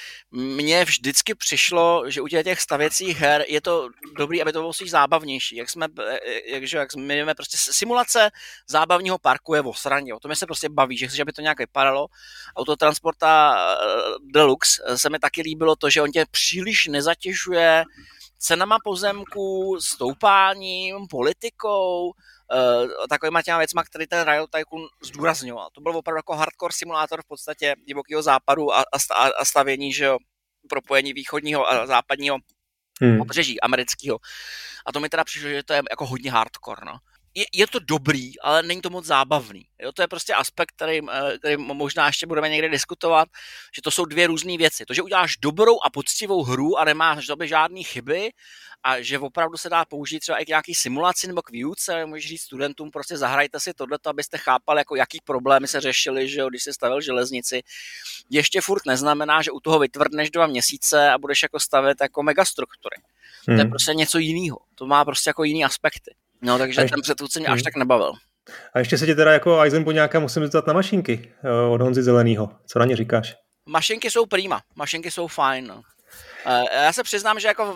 mně vždycky přišlo, že u těch stavěcích her je to dobrý, aby to bylo spíš zábavnější. Jak jsme, jak, jak jsme měli prostě simulace zábavního parku je v osraně. O tom se prostě baví, že chceš, aby to nějak vypadalo. Autotransporta Deluxe se mi taky líbilo to, že on tě příliš nezatěžuje cenama pozemků, stoupáním, politikou, Uh, takovýma těma věcma, který ten Railroad Tycoon zdůrazňoval. To byl opravdu jako hardcore simulátor v podstatě divokého západu a, a, a stavění, že jo, propojení východního a západního hmm. pobřeží amerického. A to mi teda přišlo, že to je jako hodně hardcore, no. Je, je to dobrý, ale není to moc zábavný. Jo, to je prostě aspekt, který, který možná ještě budeme někde diskutovat, že to jsou dvě různé věci. To, že uděláš dobrou a poctivou hru a nemáš době žádný chyby a že opravdu se dá použít třeba i k nějaký simulaci nebo k výuce, můžeš říct studentům, prostě zahrajte si tohleto, abyste chápali, jako jaký problémy se řešily, že jo, když jsi stavil železnici. Ještě furt neznamená, že u toho vytvrdneš dva měsíce a budeš jako stavět jako megastruktury. Hmm. To je prostě něco jiného. To má prostě jako jiný aspekty. No, takže ještě, ten předchůdce mě až tak nebavil. A ještě se tě teda jako Aizen po nějaká musím zeptat na mašinky od Honzy Zelenýho. Co na ně říkáš? Mašinky jsou prima, mašinky jsou fajn. No. Já se přiznám, že jako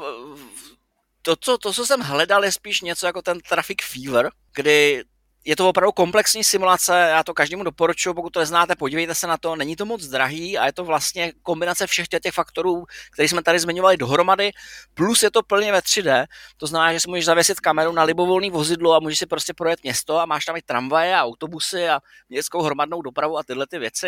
to co, to, co jsem hledal, je spíš něco jako ten Traffic Fever, kdy je to opravdu komplexní simulace, já to každému doporučuji, pokud to neznáte, podívejte se na to, není to moc drahý a je to vlastně kombinace všech těch faktorů, které jsme tady zmiňovali dohromady, plus je to plně ve tři dé, to znamená, že si můžeš zavěsit kameru na libovolný vozidlo a můžeš si prostě projet město a máš tam i tramvaje a autobusy a městskou hromadnou dopravu a tyhle ty věci.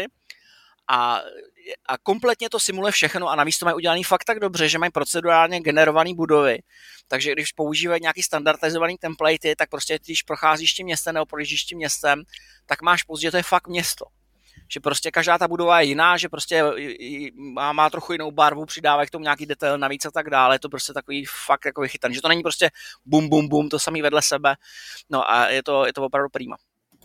A, a kompletně to simuluje všechno a navíc to mají udělaný fakt tak dobře, že mají procedurálně generované budovy, takže když používají nějaký standardizovaný templatey, tak prostě když procházíš tím městem nebo projíždíš tím městem, tak máš pocit, že to je fakt město. že prostě každá ta budova je jiná, že prostě má, má trochu jinou barvu, přidávají k tomu nějaký detail navíc a tak dále, je to prostě takový fakt jako vychytaný, že to není prostě bum, bum, bum, to samý vedle sebe, no a je to, je to opravdu prima.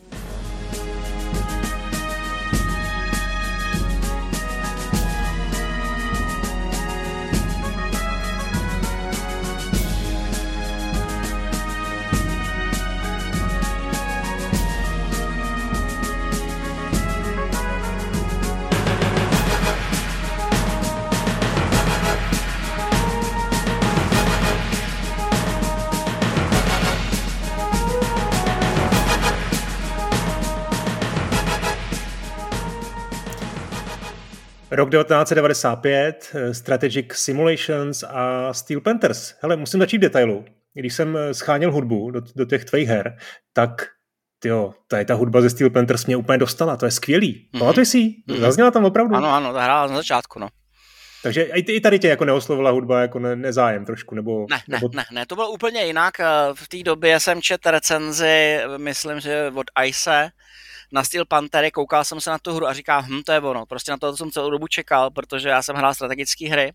Rok devatenáct set devadesát pět, Strategic Simulations a Steel Panthers. Hele, musím začít v detailu. Když jsem scháněl hudbu do, do těch tvých her, tak tyjo, tady ta hudba ze Steel Panthers mě úplně dostala, to je skvělý. Mm-hmm. Pamatuješ si ji? Mm-hmm. Zazněla tam opravdu? Ano, ano, ta hrála na začátku, no. Takže i tady tě jako neoslovila hudba jako ne, nezájem trošku, nebo... Ne, ne, nebo... ne, ne, to bylo úplně jinak. V té době jsem četl recenzi, myslím, že od Ice, na Steel Panthery, koukal jsem se na tu hru a říkám, hm, to je ono, prostě na to jsem celou dobu čekal, protože já jsem hrál strategické hry,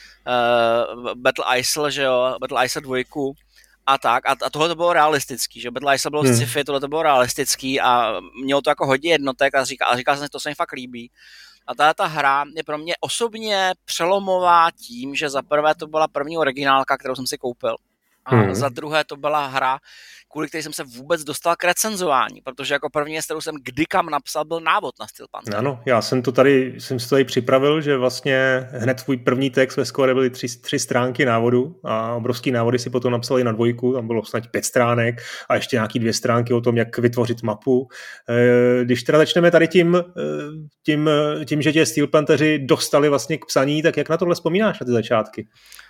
uh, Battle Isle, že jo, Battle Isle dva a tak, a, a tohle to bylo realistický, že Battle Isle bylo hmm. sci-fi, tohle to bylo realistický a mělo to jako hodně jednotek a říkal, a říkal jsem, že to se mi fakt líbí. A tahle ta hra je pro mě osobně přelomová tím, že za prvé to byla první originálka, kterou jsem si koupil. A hmm. za druhé to byla hra, kvůli které jsem se vůbec dostal k recenzování, protože jako první, kterou jsem kdy kam napsal, byl návod na Steel Panther. Ano, já jsem to tady, jsem si to tady připravil, že vlastně hned tvůj první text ve Score byly tři, tři stránky návodu a obrovský návody si potom napsali na dvojku, tam bylo snad pět stránek a ještě nějaký dvě stránky o tom, jak vytvořit mapu. Když teda začneme tady tím, tím, tím že tě Steel Pantheri dostali vlastně k psaní, tak jak na tohle vzpomínáš, na ty začátky?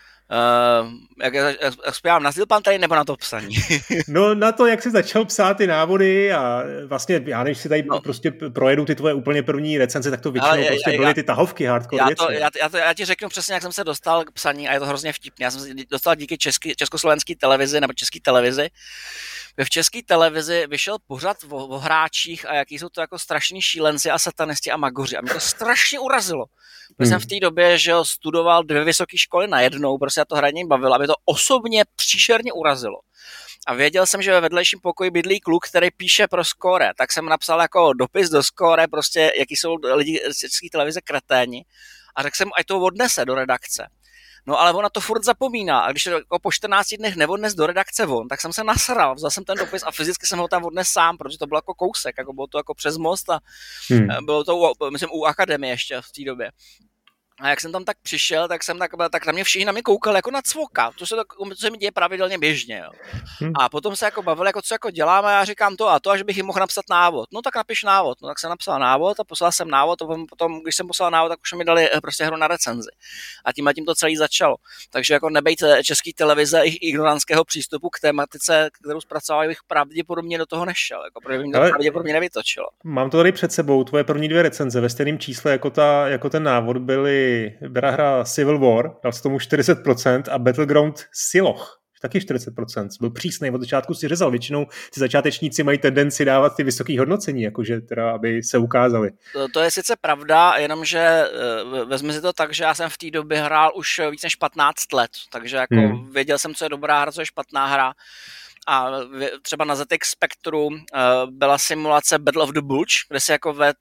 Uh, jak, jak, jak zpívám na Steel Panthery nebo na to psaní? No na to, jak jsi začal psát ty návody a vlastně já než si tady no. prostě projedu ty tvoje úplně první recenze, tak to většinou Ale prostě já, byly já, ty tahovky hardcore já věci. To, já, já, to, já ti řeknu přesně, jak jsem se dostal k psaní a je to hrozně vtipné. Já jsem se dostal díky český, československé televizi nebo české televizi. V české televizi vyšel pořad o, o hráčích a jaký jsou to jako strašní šílenci a satanisti a magoři. A mě to strašně urazilo. Protože hmm. jsem v té době, že jo, studoval dvě vysoké školy najednou, prostě já to hraně bavilo, aby to osobně příšerně urazilo. A věděl jsem, že ve vedlejším pokoji bydlí kluk, který píše pro Score, tak jsem napsal jako dopis do Score, prostě jaký jsou lidi z české televize kreténi a řekl jsem, ať to odnese do redakce. No ale ona to furt zapomíná a když jako po čtrnácti dnech neodnes do redakce von, tak jsem se nasral, vzal jsem ten dopis a fyzicky jsem ho tam odnes sám, protože to bylo jako kousek, jako bylo to jako přes most a hmm. bylo to, u, myslím, u akademie ještě v té době. A jak jsem tam tak přišel, tak jsem tak, tak na mě všichni na mě koukali jako na cvoka, to se, to, to se mi děje pravidelně běžně. Jo. Hmm. A potom se jako bavili, jako co jako děláme, a já říkám to a to, až bych jim mohl napsat návod. No tak napiš návod. No tak jsem napsal návod a poslal jsem návod a potom, když jsem poslal návod, tak už mi dali prostě hru na recenzi. A tím a tím to celé začalo. Takže jako nebejte český televize i ignorantského přístupu k tématice, kterou zpracoval, bych pravděpodobně do toho nešel. Jako pravděpodobně, Ale pravděpodobně nevytočilo. Mám to tady před sebou, tvoje první dvě recenze ve stejném čísle jako, ta, jako ten návod byly byla hra Civil War, dal se tomu čtyřicet procent a Battleground Siloch, taky čtyřicet procent. Byl přísnej, od začátku si řezal. Většinou ty začátečníci mají tendenci dávat ty vysoké hodnocení, jakože teda, aby se ukázali. To, to je sice pravda, jenomže vezmi si to tak, že já jsem v té době hrál už víc než patnáct let, takže jako hmm. věděl jsem, co je dobrá hra, co je špatná hra. A třeba na Z X Spectru byla simulace Battle of the Bulge, kde si jako ved,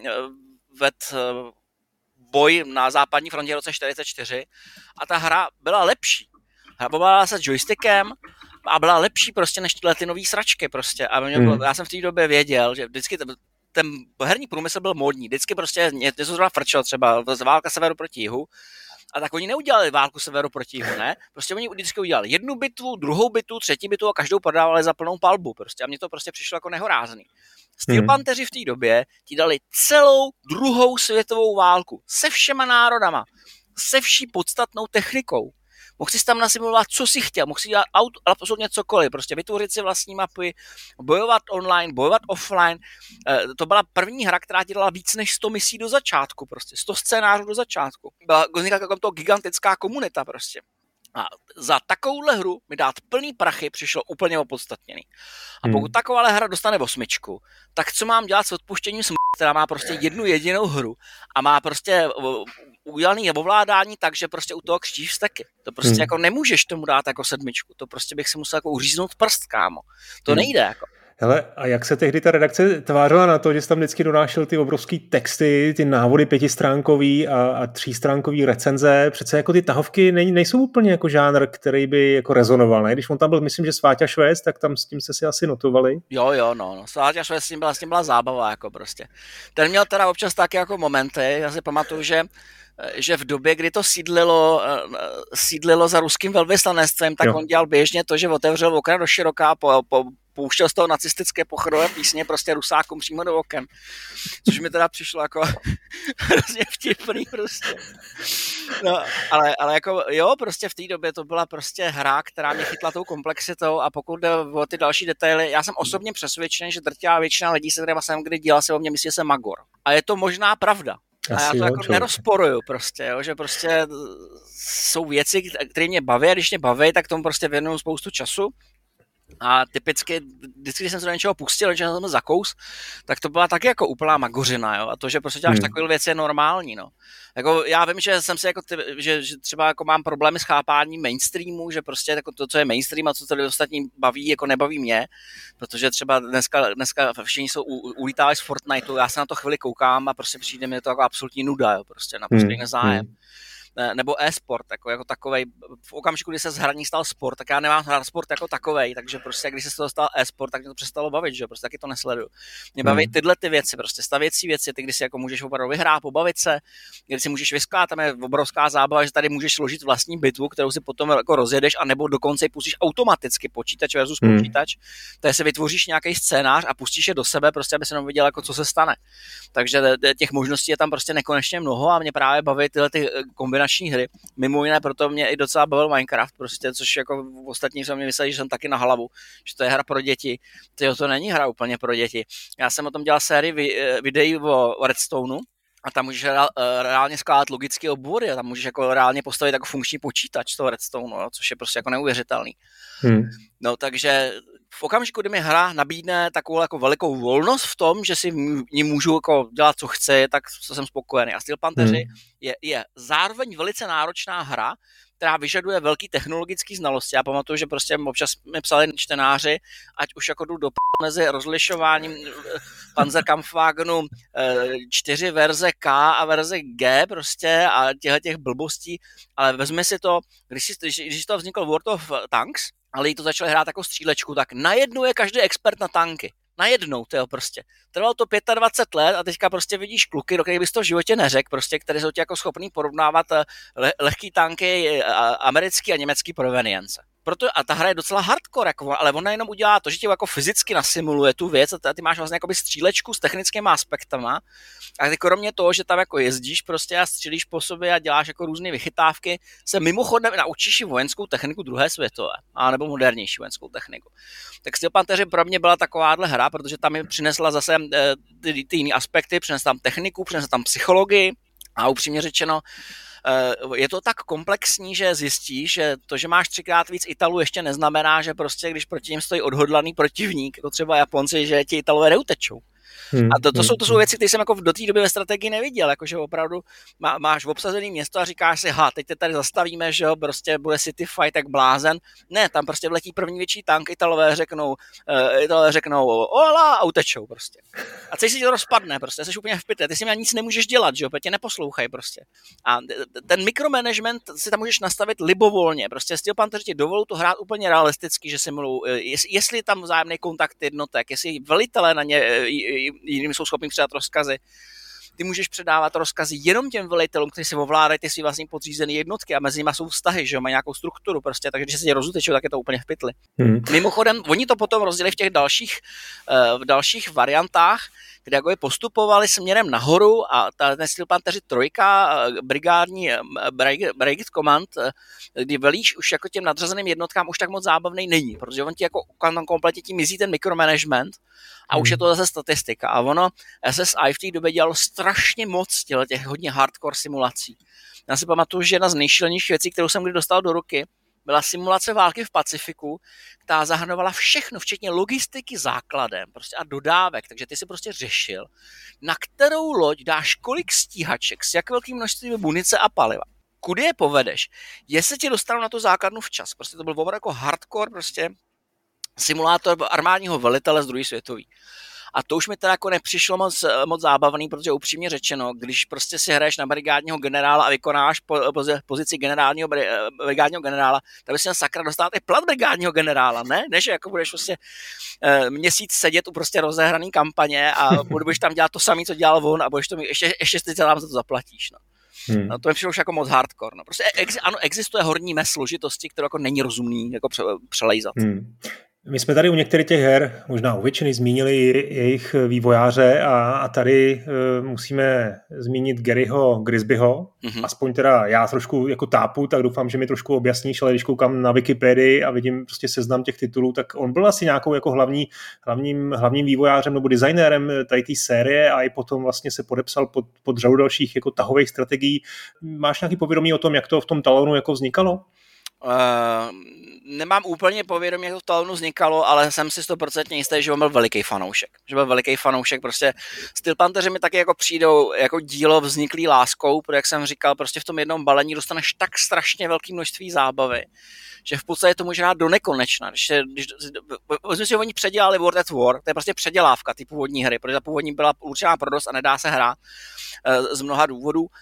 ved boj na západní frontě v roce čtyřicet čtyři a ta hra byla lepší. Hra se joystickem a byla lepší prostě než tyhle ty nový sračky prostě. A mě bylo, hmm. já jsem v té době věděl, že vždycky ten, ten herní průmysl byl módní. Vždycky prostě něco zrovna frčelo, třeba válka severu proti jihu. A tak oni neudělali válku severu proti jihu, ne? Prostě oni vždycky udělali jednu bitvu, druhou bitvu, třetí bitvu a každou prodávali za plnou palbu. Prostě. A mně to prostě přišlo jako nehorázný. Steel hmm. Pantheři v té době ti dali celou druhou světovou válku se všema národama, se vší podstatnou technikou. Mohl si tam nasimulovat, co si chtěl, mohl si dělat auto, absolutně cokoliv, prostě vytvořit si vlastní mapy, bojovat online, bojovat offline. E, to byla první hra, která ti dala víc než sto misí do začátku, prostě sto scénářů do začátku. Byla vznikla jako to gigantická komunita prostě. A za takovouhle hru mi dát plný prachy přišlo úplně opodstatněný. A pokud hmm. takováhle hra dostane osmičku, tak co mám dělat s odpuštěním sm***, která má prostě jednu jedinou hru a má prostě udělaný ovládání tak, že prostě u toho křtíš vzteky. To prostě hmm. jako nemůžeš tomu dát jako sedmičku. To prostě bych si musel jako uříznout prst, kámo. To hmm. nejde jako. Hele, a jak se tehdy ta redakce tvářila na to, že jsi tam vždycky donášel ty obrovský texty, ty návody pětistránkový a, a třístránkový recenze? Přece jako ty tahovky nej, nejsou úplně jako žánr, který by jako rezonoval, ne? Když on tam byl, myslím, že Sváťa Švec, tak tam s tím jste si asi notovali. Jo, jo, no, no. Sváťa Švec s tím byla, s tím byla zábava, jako prostě. Ten měl teda občas taky jako momenty, já si pamatuju, že že v době, kdy to sídlilo, sídlilo za ruským velvyslanectvem, tak jo. On dělal běžně to, že otevřel okna do široká, po, po, pouštěl z toho nacistické pochodové písně prostě Rusákům přímo do oken. Což mi teda přišlo jako hrozně vtipný prostě. No, ale, ale jako jo, prostě v té době to byla prostě hra, která mě chytla tou komplexitou a pokud jde o ty další detaily, já jsem osobně přesvědčen, že drtivá většina lidí, se kterýma jsem kdy dělal, se o mě myslí, že jsem magor. A je to možná pravda. A já to jo, jako člověk. nerozporuju prostě, jo, že prostě jsou věci, které mě baví a když mě baví, tak tomu prostě věnuju spoustu času. A typicky, vždycky, když jsem se do něčeho pustil, když jsem zakous, tak to byla taky jako úplná magořina, jo, a to, že prostě děláš hmm. takové věci je normální, no. Jako já vím, že jsem si jako, ty, že, že třeba jako mám problémy s chápáním mainstreamu, že prostě jako to, co je mainstream a co tady ostatní baví, jako nebaví mě, protože třeba dneska, dneska všichni jsou ulítávají z Fortniteu, já se na to chvíli koukám a prostě přijde mi to jako absolutní nuda, jo, prostě naprosto hmm. nezájem. Hmm. Nebo e-sport, jako, jako takovej, v okamžiku, kdy se z hraní stal sport, tak já nemám hrát sport jako takovej, takže prostě, když se z toho stal e-sport, tak mě to přestalo bavit, že prostě taky to nesleduju. Mě baví tyhle ty věci, prostě stavěcí věci, ty, kdy si jako můžeš opravdu vyhrát, pobavit se, kdy si můžeš vyskát, tam je obrovská zábava, že tady můžeš složit vlastní bitvu, kterou si potom jako rozjedeš, a nebo dokonce ji pustíš automaticky, počítač versus hmm. počítač, takže si vytvoříš nějaký scénář a pustíš je do sebe, prostě aby se jenom viděl, jako co se stane. Takže těch možností je tam prostě nekonečně mnoho a mě právě baví tyhle ty kombinace hry. Mimo jiné, proto mě i docela bavil Minecraft, prostě, což jako ostatní se mě mysleli, že jsem taky na hlavu, že to je hra pro děti. Tyjo, to není hra úplně pro děti. Já jsem o tom dělal sérii videí o Redstoneu a tam můžeš reálně skládat logické obvody a tam můžeš jako reálně postavit jako funkční počítač toho Redstoneu, jo, což je prostě jako neuvěřitelný. Hmm. No takže v okamžiku, kdy mi hra nabídne takovou jako velikou volnost v tom, že si v ní můžu jako dělat, co chci, tak jsem spokojený. A Steel Pantheri hmm. je, je zároveň velice náročná hra, která vyžaduje velký technologický znalosti. Já pamatuju, že prostě občas mi psali čtenáři, ať už jako jdu do p*** mezi rozlišováním Panzerkampfwagenu čtyři verze K a verze G prostě a těchto těch blbostí, ale vezmi si to, když, si, když, když to vznikl World of Tanks, ale jí to začali hrát jako střílečku, tak najednou je každý expert na tanky. Najednou, to prostě. Trvalo to dvacet pět let a teďka prostě vidíš kluky, do kterých bys to v životě neřekl, prostě, které jsou ti jako schopný porovnávat le- lehký tanky americký a německý provenience. Proto, a ta hra je docela hardcore, jako, ale ona jenom udělá to, že ti jako fyzicky nasimuluje tu věc a ty máš vlastně jakoby střílečku s technickými aspektama a ty kromě toho, že tam jako jezdíš prostě a střílíš po sobě a děláš jako různé vychytávky, se mimochodem naučíš i vojenskou techniku druhé světové, a nebo modernější vojenskou techniku. Tak Steel Pantheri pro mě byla takováhle hra, protože tam mi přinesla zase e, ty, ty jiné aspekty, přinesla tam techniku, přinesla tam psychologii a upřímně řečeno, je to tak komplexní, že zjistíš, že to, že máš třikrát víc Italů, ještě neznamená, že prostě, když proti ním stojí odhodlaný protivník, jako třeba Japonci, že ti Italové neutečou. Hmm, a to, to, jsou, to jsou věci, které jsem jako do té doby ve strategii neviděl, jakože opravdu má, máš obsazené město a říkáš si, ha, teď te tady zastavíme, že jo, prostě bude city fight jak blázen. Ne, tam prostě vletí první větší tank, Italové řeknou, uh, Italové řeknou, ola, a utečou prostě. A celý si to rozpadne, prostě, jsi úplně v pytle, ty si mě nic nemůžeš dělat, že jo, tě neposlouchají prostě. A ten mikromanagement si tam můžeš nastavit libovolně, prostě Steel Pantheri ti dovolí to hrát úplně realisticky, že si mluví, jestli je tam vzájemný kontakt jednotek, jestli velitelé na ně jiným jsou schopni předat rozkazy. Ty můžeš předávat rozkazy jenom těm velitelům, kteří si ovládají ty svý vlastní podřízené jednotky a mezi nimi jsou vztahy, že mají nějakou strukturu prostě, takže když se tě rozutečou, tak je to úplně v pytli. Hmm. Mimochodem, oni to potom rozdělili v těch dalších, v dalších variantách, kde jako je postupovali směrem nahoru a ta Steel Pantheri trojka, brigádní Brigade Command, kdy velíš už jako těm nadřazeným jednotkám už tak moc zábavný není, protože on ti jako tam kompletně tím mizí ten mikromanagement a už je to zase statistika. A ono S S I v té době dělalo strašně moc těch hodně hardcore simulací. Já si pamatuju, že jedna z nejšílenějších věcí, kterou jsem kdy dostal do ruky, byla simulace války v Pacifiku, která zahrnovala všechno, včetně logistiky základem prostě a dodávek, takže ty si prostě řešil, na kterou loď dáš kolik stíhaček, s jak velkým množstvím munice a paliva. Kudy je povedeš, jestli ti dostanou na tu základnu včas. Prostě to byl opravdu jako hardcore prostě simulátor armádního velitele z druhé světové. A to už mi teda jako nepřišlo moc, moc zábavný, protože upřímně řečeno, když prostě si hraješ na brigádního generála a vykonáš po, pozici generálního, brigádního generála, tak bys měl sakra dostat i plat brigádního generála, ne? Než jako budeš prostě uh, měsíc sedět u prostě rozehraný kampaně a budeš tam dělat to samé, co dělal on a budeš to mít, ještě, ještě ty tam za to zaplatíš, no. Hmm. No, to mi přišlo už jako moc hardcore. No. Prostě ex, ano, existuje horní mez složitosti, kterou jako není rozumný jako pře, přelejzat. Hmm. My jsme tady u některých těch her, možná u většiny, zmínili jejich vývojáře a, a tady uh, musíme zmínit Garyho Grisbyho. Mm-hmm. Aspoň teda já trošku jako tápu, tak doufám, že mi trošku objasníš, ale když koukám na Wikipedii a vidím prostě seznam těch titulů, tak on byl asi nějakou jako hlavní, hlavním, hlavním vývojářem nebo designérem tady té série a i potom vlastně se podepsal pod, pod řadu dalších jako tahových strategií. Máš nějaký povědomí o tom, jak to v tom Talonu jako vznikalo? Uh, nemám úplně povědomí, jak to v Talonu vznikalo, ale jsem si sto procent jistý, že on byl veliký fanoušek. Že byl veliký fanoušek, prostě Steel Pantheři mi taky jako přijdou jako dílo vzniklý láskou, protože jak jsem říkal, prostě v tom jednom balení dostaneš tak strašně velké množství zábavy, že v podstatě to může dát do nekonečna. Když, když, když si oni předělali World at War, to je prostě předělávka ty původní hry, protože ta původní byla určená pro dost a nedá se hrát uh, z mnoha důvodů. Uh,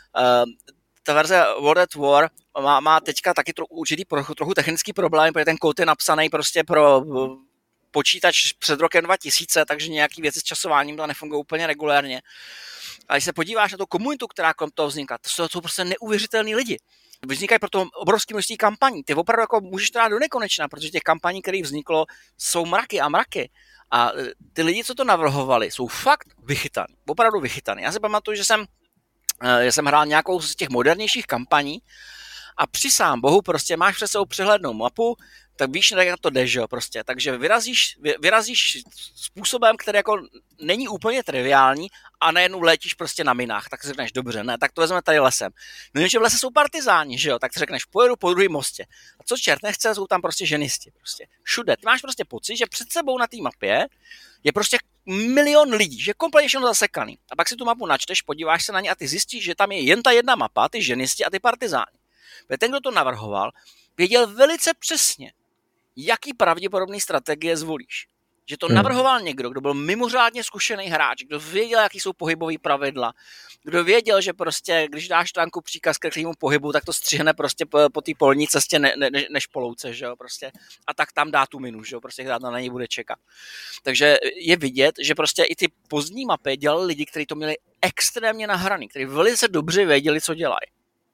ta verze World at War má, má teďka taky tro, určitý trochu, trochu technický problém, protože ten kód je napsaný prostě pro počítač před rokem dva tisíce, takže nějaký věci s časováním to nefunguje úplně regulérně. A když se podíváš na tu komunitu, která kolem toho vzniká, to jsou, to jsou prostě neuvěřitelný lidi. Vznikají proto obrovské množství kampaní. Ty opravdu jako můžeš to dát do nekonečna, protože těch kampaní, které vzniklo, jsou mraky a mraky. A ty lidi, co to navrhovali, jsou fakt vychytaný. Opravdu vychytaný. Já si pamatuju, že jsem Já jsem hrál nějakou z těch modernějších kampaní a přisám bohu prostě máš před sebou přehlednou mapu, tak víš, jak to jde, že jo, prostě. Takže vyrazíš, vyrazíš způsobem, který jako není úplně triviální a najednou letíš prostě na minách, tak si řekneš, dobře, ne, tak to vezmeme tady lesem. No jenže v lese jsou partizáni, že jo, tak si řekneš, pojedu po druhém mostě. A co čert nechce, jsou tam prostě ženisti, prostě. Všude. Ty máš prostě pocit, že před sebou na té mapě je prostě milion lidí, že kompletně všechno zasekaný. A pak si tu mapu načteš, podíváš se na ně a ty zjistíš, že tam je jen ta jedna mapa, ty ženisti a ty partizáni. Ten, kdo to navrhoval, věděl velice přesně, jaký pravděpodobný strategie zvolíš. Že to hmm. navrhoval někdo, kdo byl mimořádně zkušený hráč, kdo věděl, jaký jsou pohybové pravidla, kdo věděl, že prostě, když dáš tanku příkaz k rychlému pohybu, tak to střihne prostě po, po té polní cestě ne, ne, než po louce, že jo, prostě. A tak tam dá tu minu, že jo, prostě na něj bude čekat. Takže je vidět, že prostě i ty pozdní mapy dělali lidi, kteří to měli extrémně nahraný, kteří velice dobře věděli, co dělají.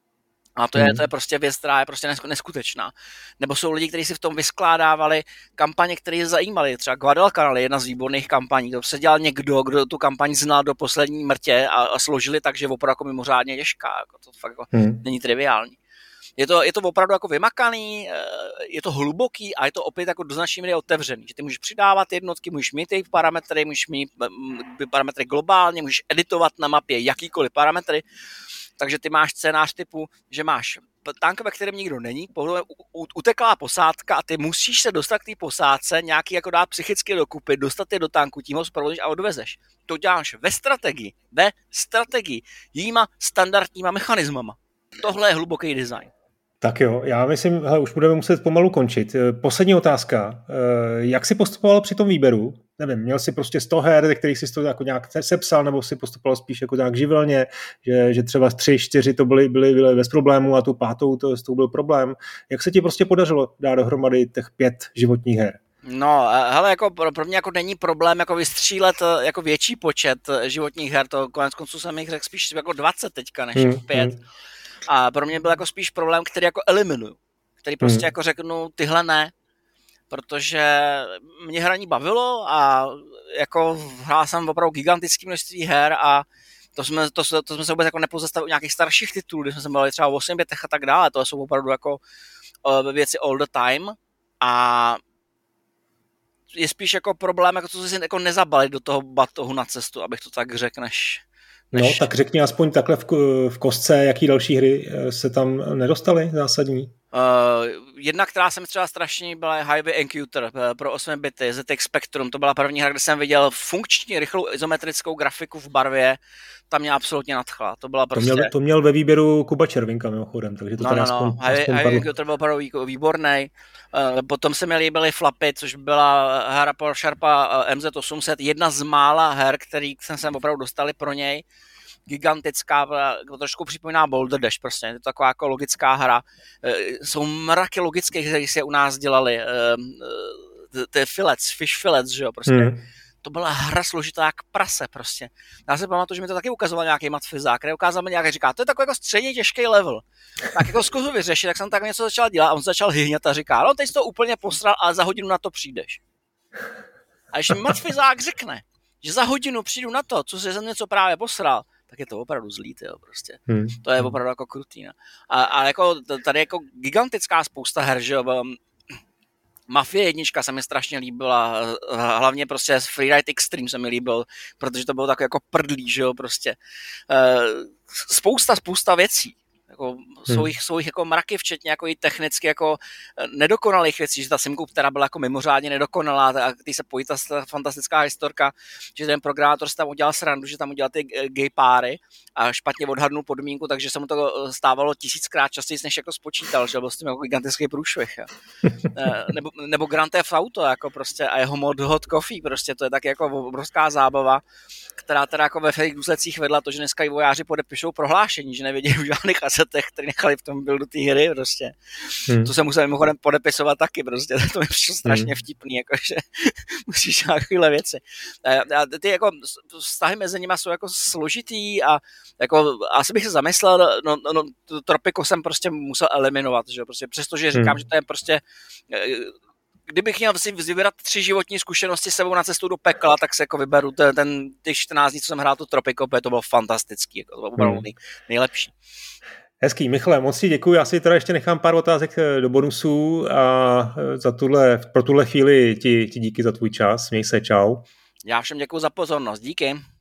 A to je, to je prostě věc, která je prostě neskutečná. Nebo jsou lidi, kteří si v tom vyskládávali kampaně, které je zajímaly. Třeba Guadalcanal je jedna z výborných kampaní. To se dělal někdo, kdo tu kampaň znal do poslední mrtě a, a složili tak, že je opravdu jako mimořádně těžká. Jako to fakt jako hmm. není triviální. Je to, je to opravdu jako vymakaný, je to hluboký a je to opět jako do značné míry otevřený. Že ty můžeš přidávat jednotky, můžeš mít jejich parametry, můžeš mít parametry globálně, můžeš editovat na mapě jakýkoliv parametry. Takže ty máš scénář typu, že máš tank, ve kterém nikdo není, uteklá posádka a ty musíš se dostat k té posádce, nějaký jako dát psychicky dokupy, dostat je do tanku, tím ho zprovodíš a odvezeš. To děláš ve strategii, ve strategii, jíma standardníma mechanismama. Tohle je hluboký design. Tak jo, já myslím, hele, už budeme muset pomalu končit. Poslední otázka. Jak jsi postupoval při tom výběru? Nevím, měl jsi prostě sto her, kterých jsi to jako nějak sepsal, nebo si postupoval spíš jako nějak živelně, že, že třeba tři, čtyři to byly, byly, byly bez problémů a tu pátou to, to byl problém. Jak se ti prostě podařilo dát dohromady těch pět životních her? No, hele, jako pro, pro mě jako není problém jako vystřílet jako větší počet životních her, to konec konců jsem jich řekl spíš jako dvacet teďka, než hmm, pět. Hmm. A pro mě byl jako spíš problém, který jako eliminuju. Který prostě hmm. jako řeknu, tyhle ne, protože mě hraní bavilo a jako hrál jsem opravdu gigantické množství her a to jsme, to, to jsme se vůbec jako nepozastavili u nějakých starších titulů, když jsme se bavili třeba o osmi bětech a tak dále, to jsou opravdu jako uh, věci all the time a je spíš jako problém, jako co si jako nezabalit do toho batohu na cestu, abych to tak řekl, než... Než... No, tak řekni aspoň takhle v, v kostce, jaký další hry se tam nedostaly zásadní? Uh, jedna, která jsem třeba strašně byla Highway Encounter pro osm bity, Z X Spectrum, to byla první hra, kde jsem viděl funkční, rychlou izometrickou grafiku v barvě, tam mě absolutně nadchla. To byla prostě... To měl, to měl ve výběru Kuba Červinka mimochodem, takže to no, tady no, aspoň, no. Highway, aspoň Highway Encounter byl opravdu výborný. Uh, potom se mi líbily Flapy, což byla hra pro Sharpa M Z osm set, jedna z mála her, který jsem sem opravdu dostali pro něj. Gigantická, trošku připomíná Boulder Dash, prostě, je to taková jako logická hra. Jsou mraky logických, které si u nás dělali. Ty fillets, fish fillets, že jo, prostě. Mm. To byla hra složitá jak prase, prostě. Já si pamatuju, že mi to taky ukazoval nějaký matfizák, který ukázal mi nějak, říká, to je takový jako středně těžký level. Tak jako zkusu vyřešit, tak jsem tak něco začal dělat a on začal hyhnět a říká, no teď jsi to úplně posral, ale za hodinu na to přijdeš. A když mi matfizák řekne, že za hodinu přijdu na to, co se za něco právě posral, tak je to opravdu zlý, tyjo, prostě. Hmm. To je opravdu jako krutý, no. A, a jako tady jako gigantická spousta her, že jo, Mafie jednička se mi strašně líbila, hlavně prostě Freeride Extreme se mi líbil, protože to bylo tak jako prdlý, že jo, prostě. Spousta, spousta věcí. Jako, hmm. jsou, jich, jsou jich jako mraky, včetně jako i technicky jako nedokonalých věcí, že ta simku, která byla jako mimořádně nedokonalá, a když se pojí ta fantastická historka, že ten programátor si tam udělal srandu, že tam udělal ty gay páry a špatně odhadnul podmínku, takže se mu to stávalo tisíckrát častěji, než jako spočítal, že byl s tím jako gigantický průšvih. nebo, nebo Grand Theft Auto, jako prostě, a jeho mod Hot Coffee, prostě to je taky jako obrovská zábava, která teda jako ve svých důsledcích vedla to, že dneska i vojáři podepíšou prohlášení, že nevědí o žádných asetech, které nechali v tom buildu té hry, prostě. Hmm. To se musel mimochodem podepisovat taky, prostě, to mi přišlo strašně hmm. vtipný, jakože musíš takovéhle věci. A ty jako vztahy mezi nimi jsou jako složitý a jako asi bych se zamyslel, no, no Tropico jsem prostě musel eliminovat, že jo, prostě přestože říkám, hmm. že to je prostě kdybych měl si vybrat tři životní zkušenosti s sebou na cestu do pekla, tak se jako vyberu ten, ten těch čtrnáct dní, co jsem hrál to Tropico, protože to bylo fantastický, jako to bylo opravdu hmm. nejlepší. Hezký, Michale, moc si děkuji. Já si teda ještě nechám pár otázek do bonusů a za tuhle, pro tuhle chvíli ti, ti díky za tvůj čas. Měj se, čau. Já všem děkuji za pozornost, díky.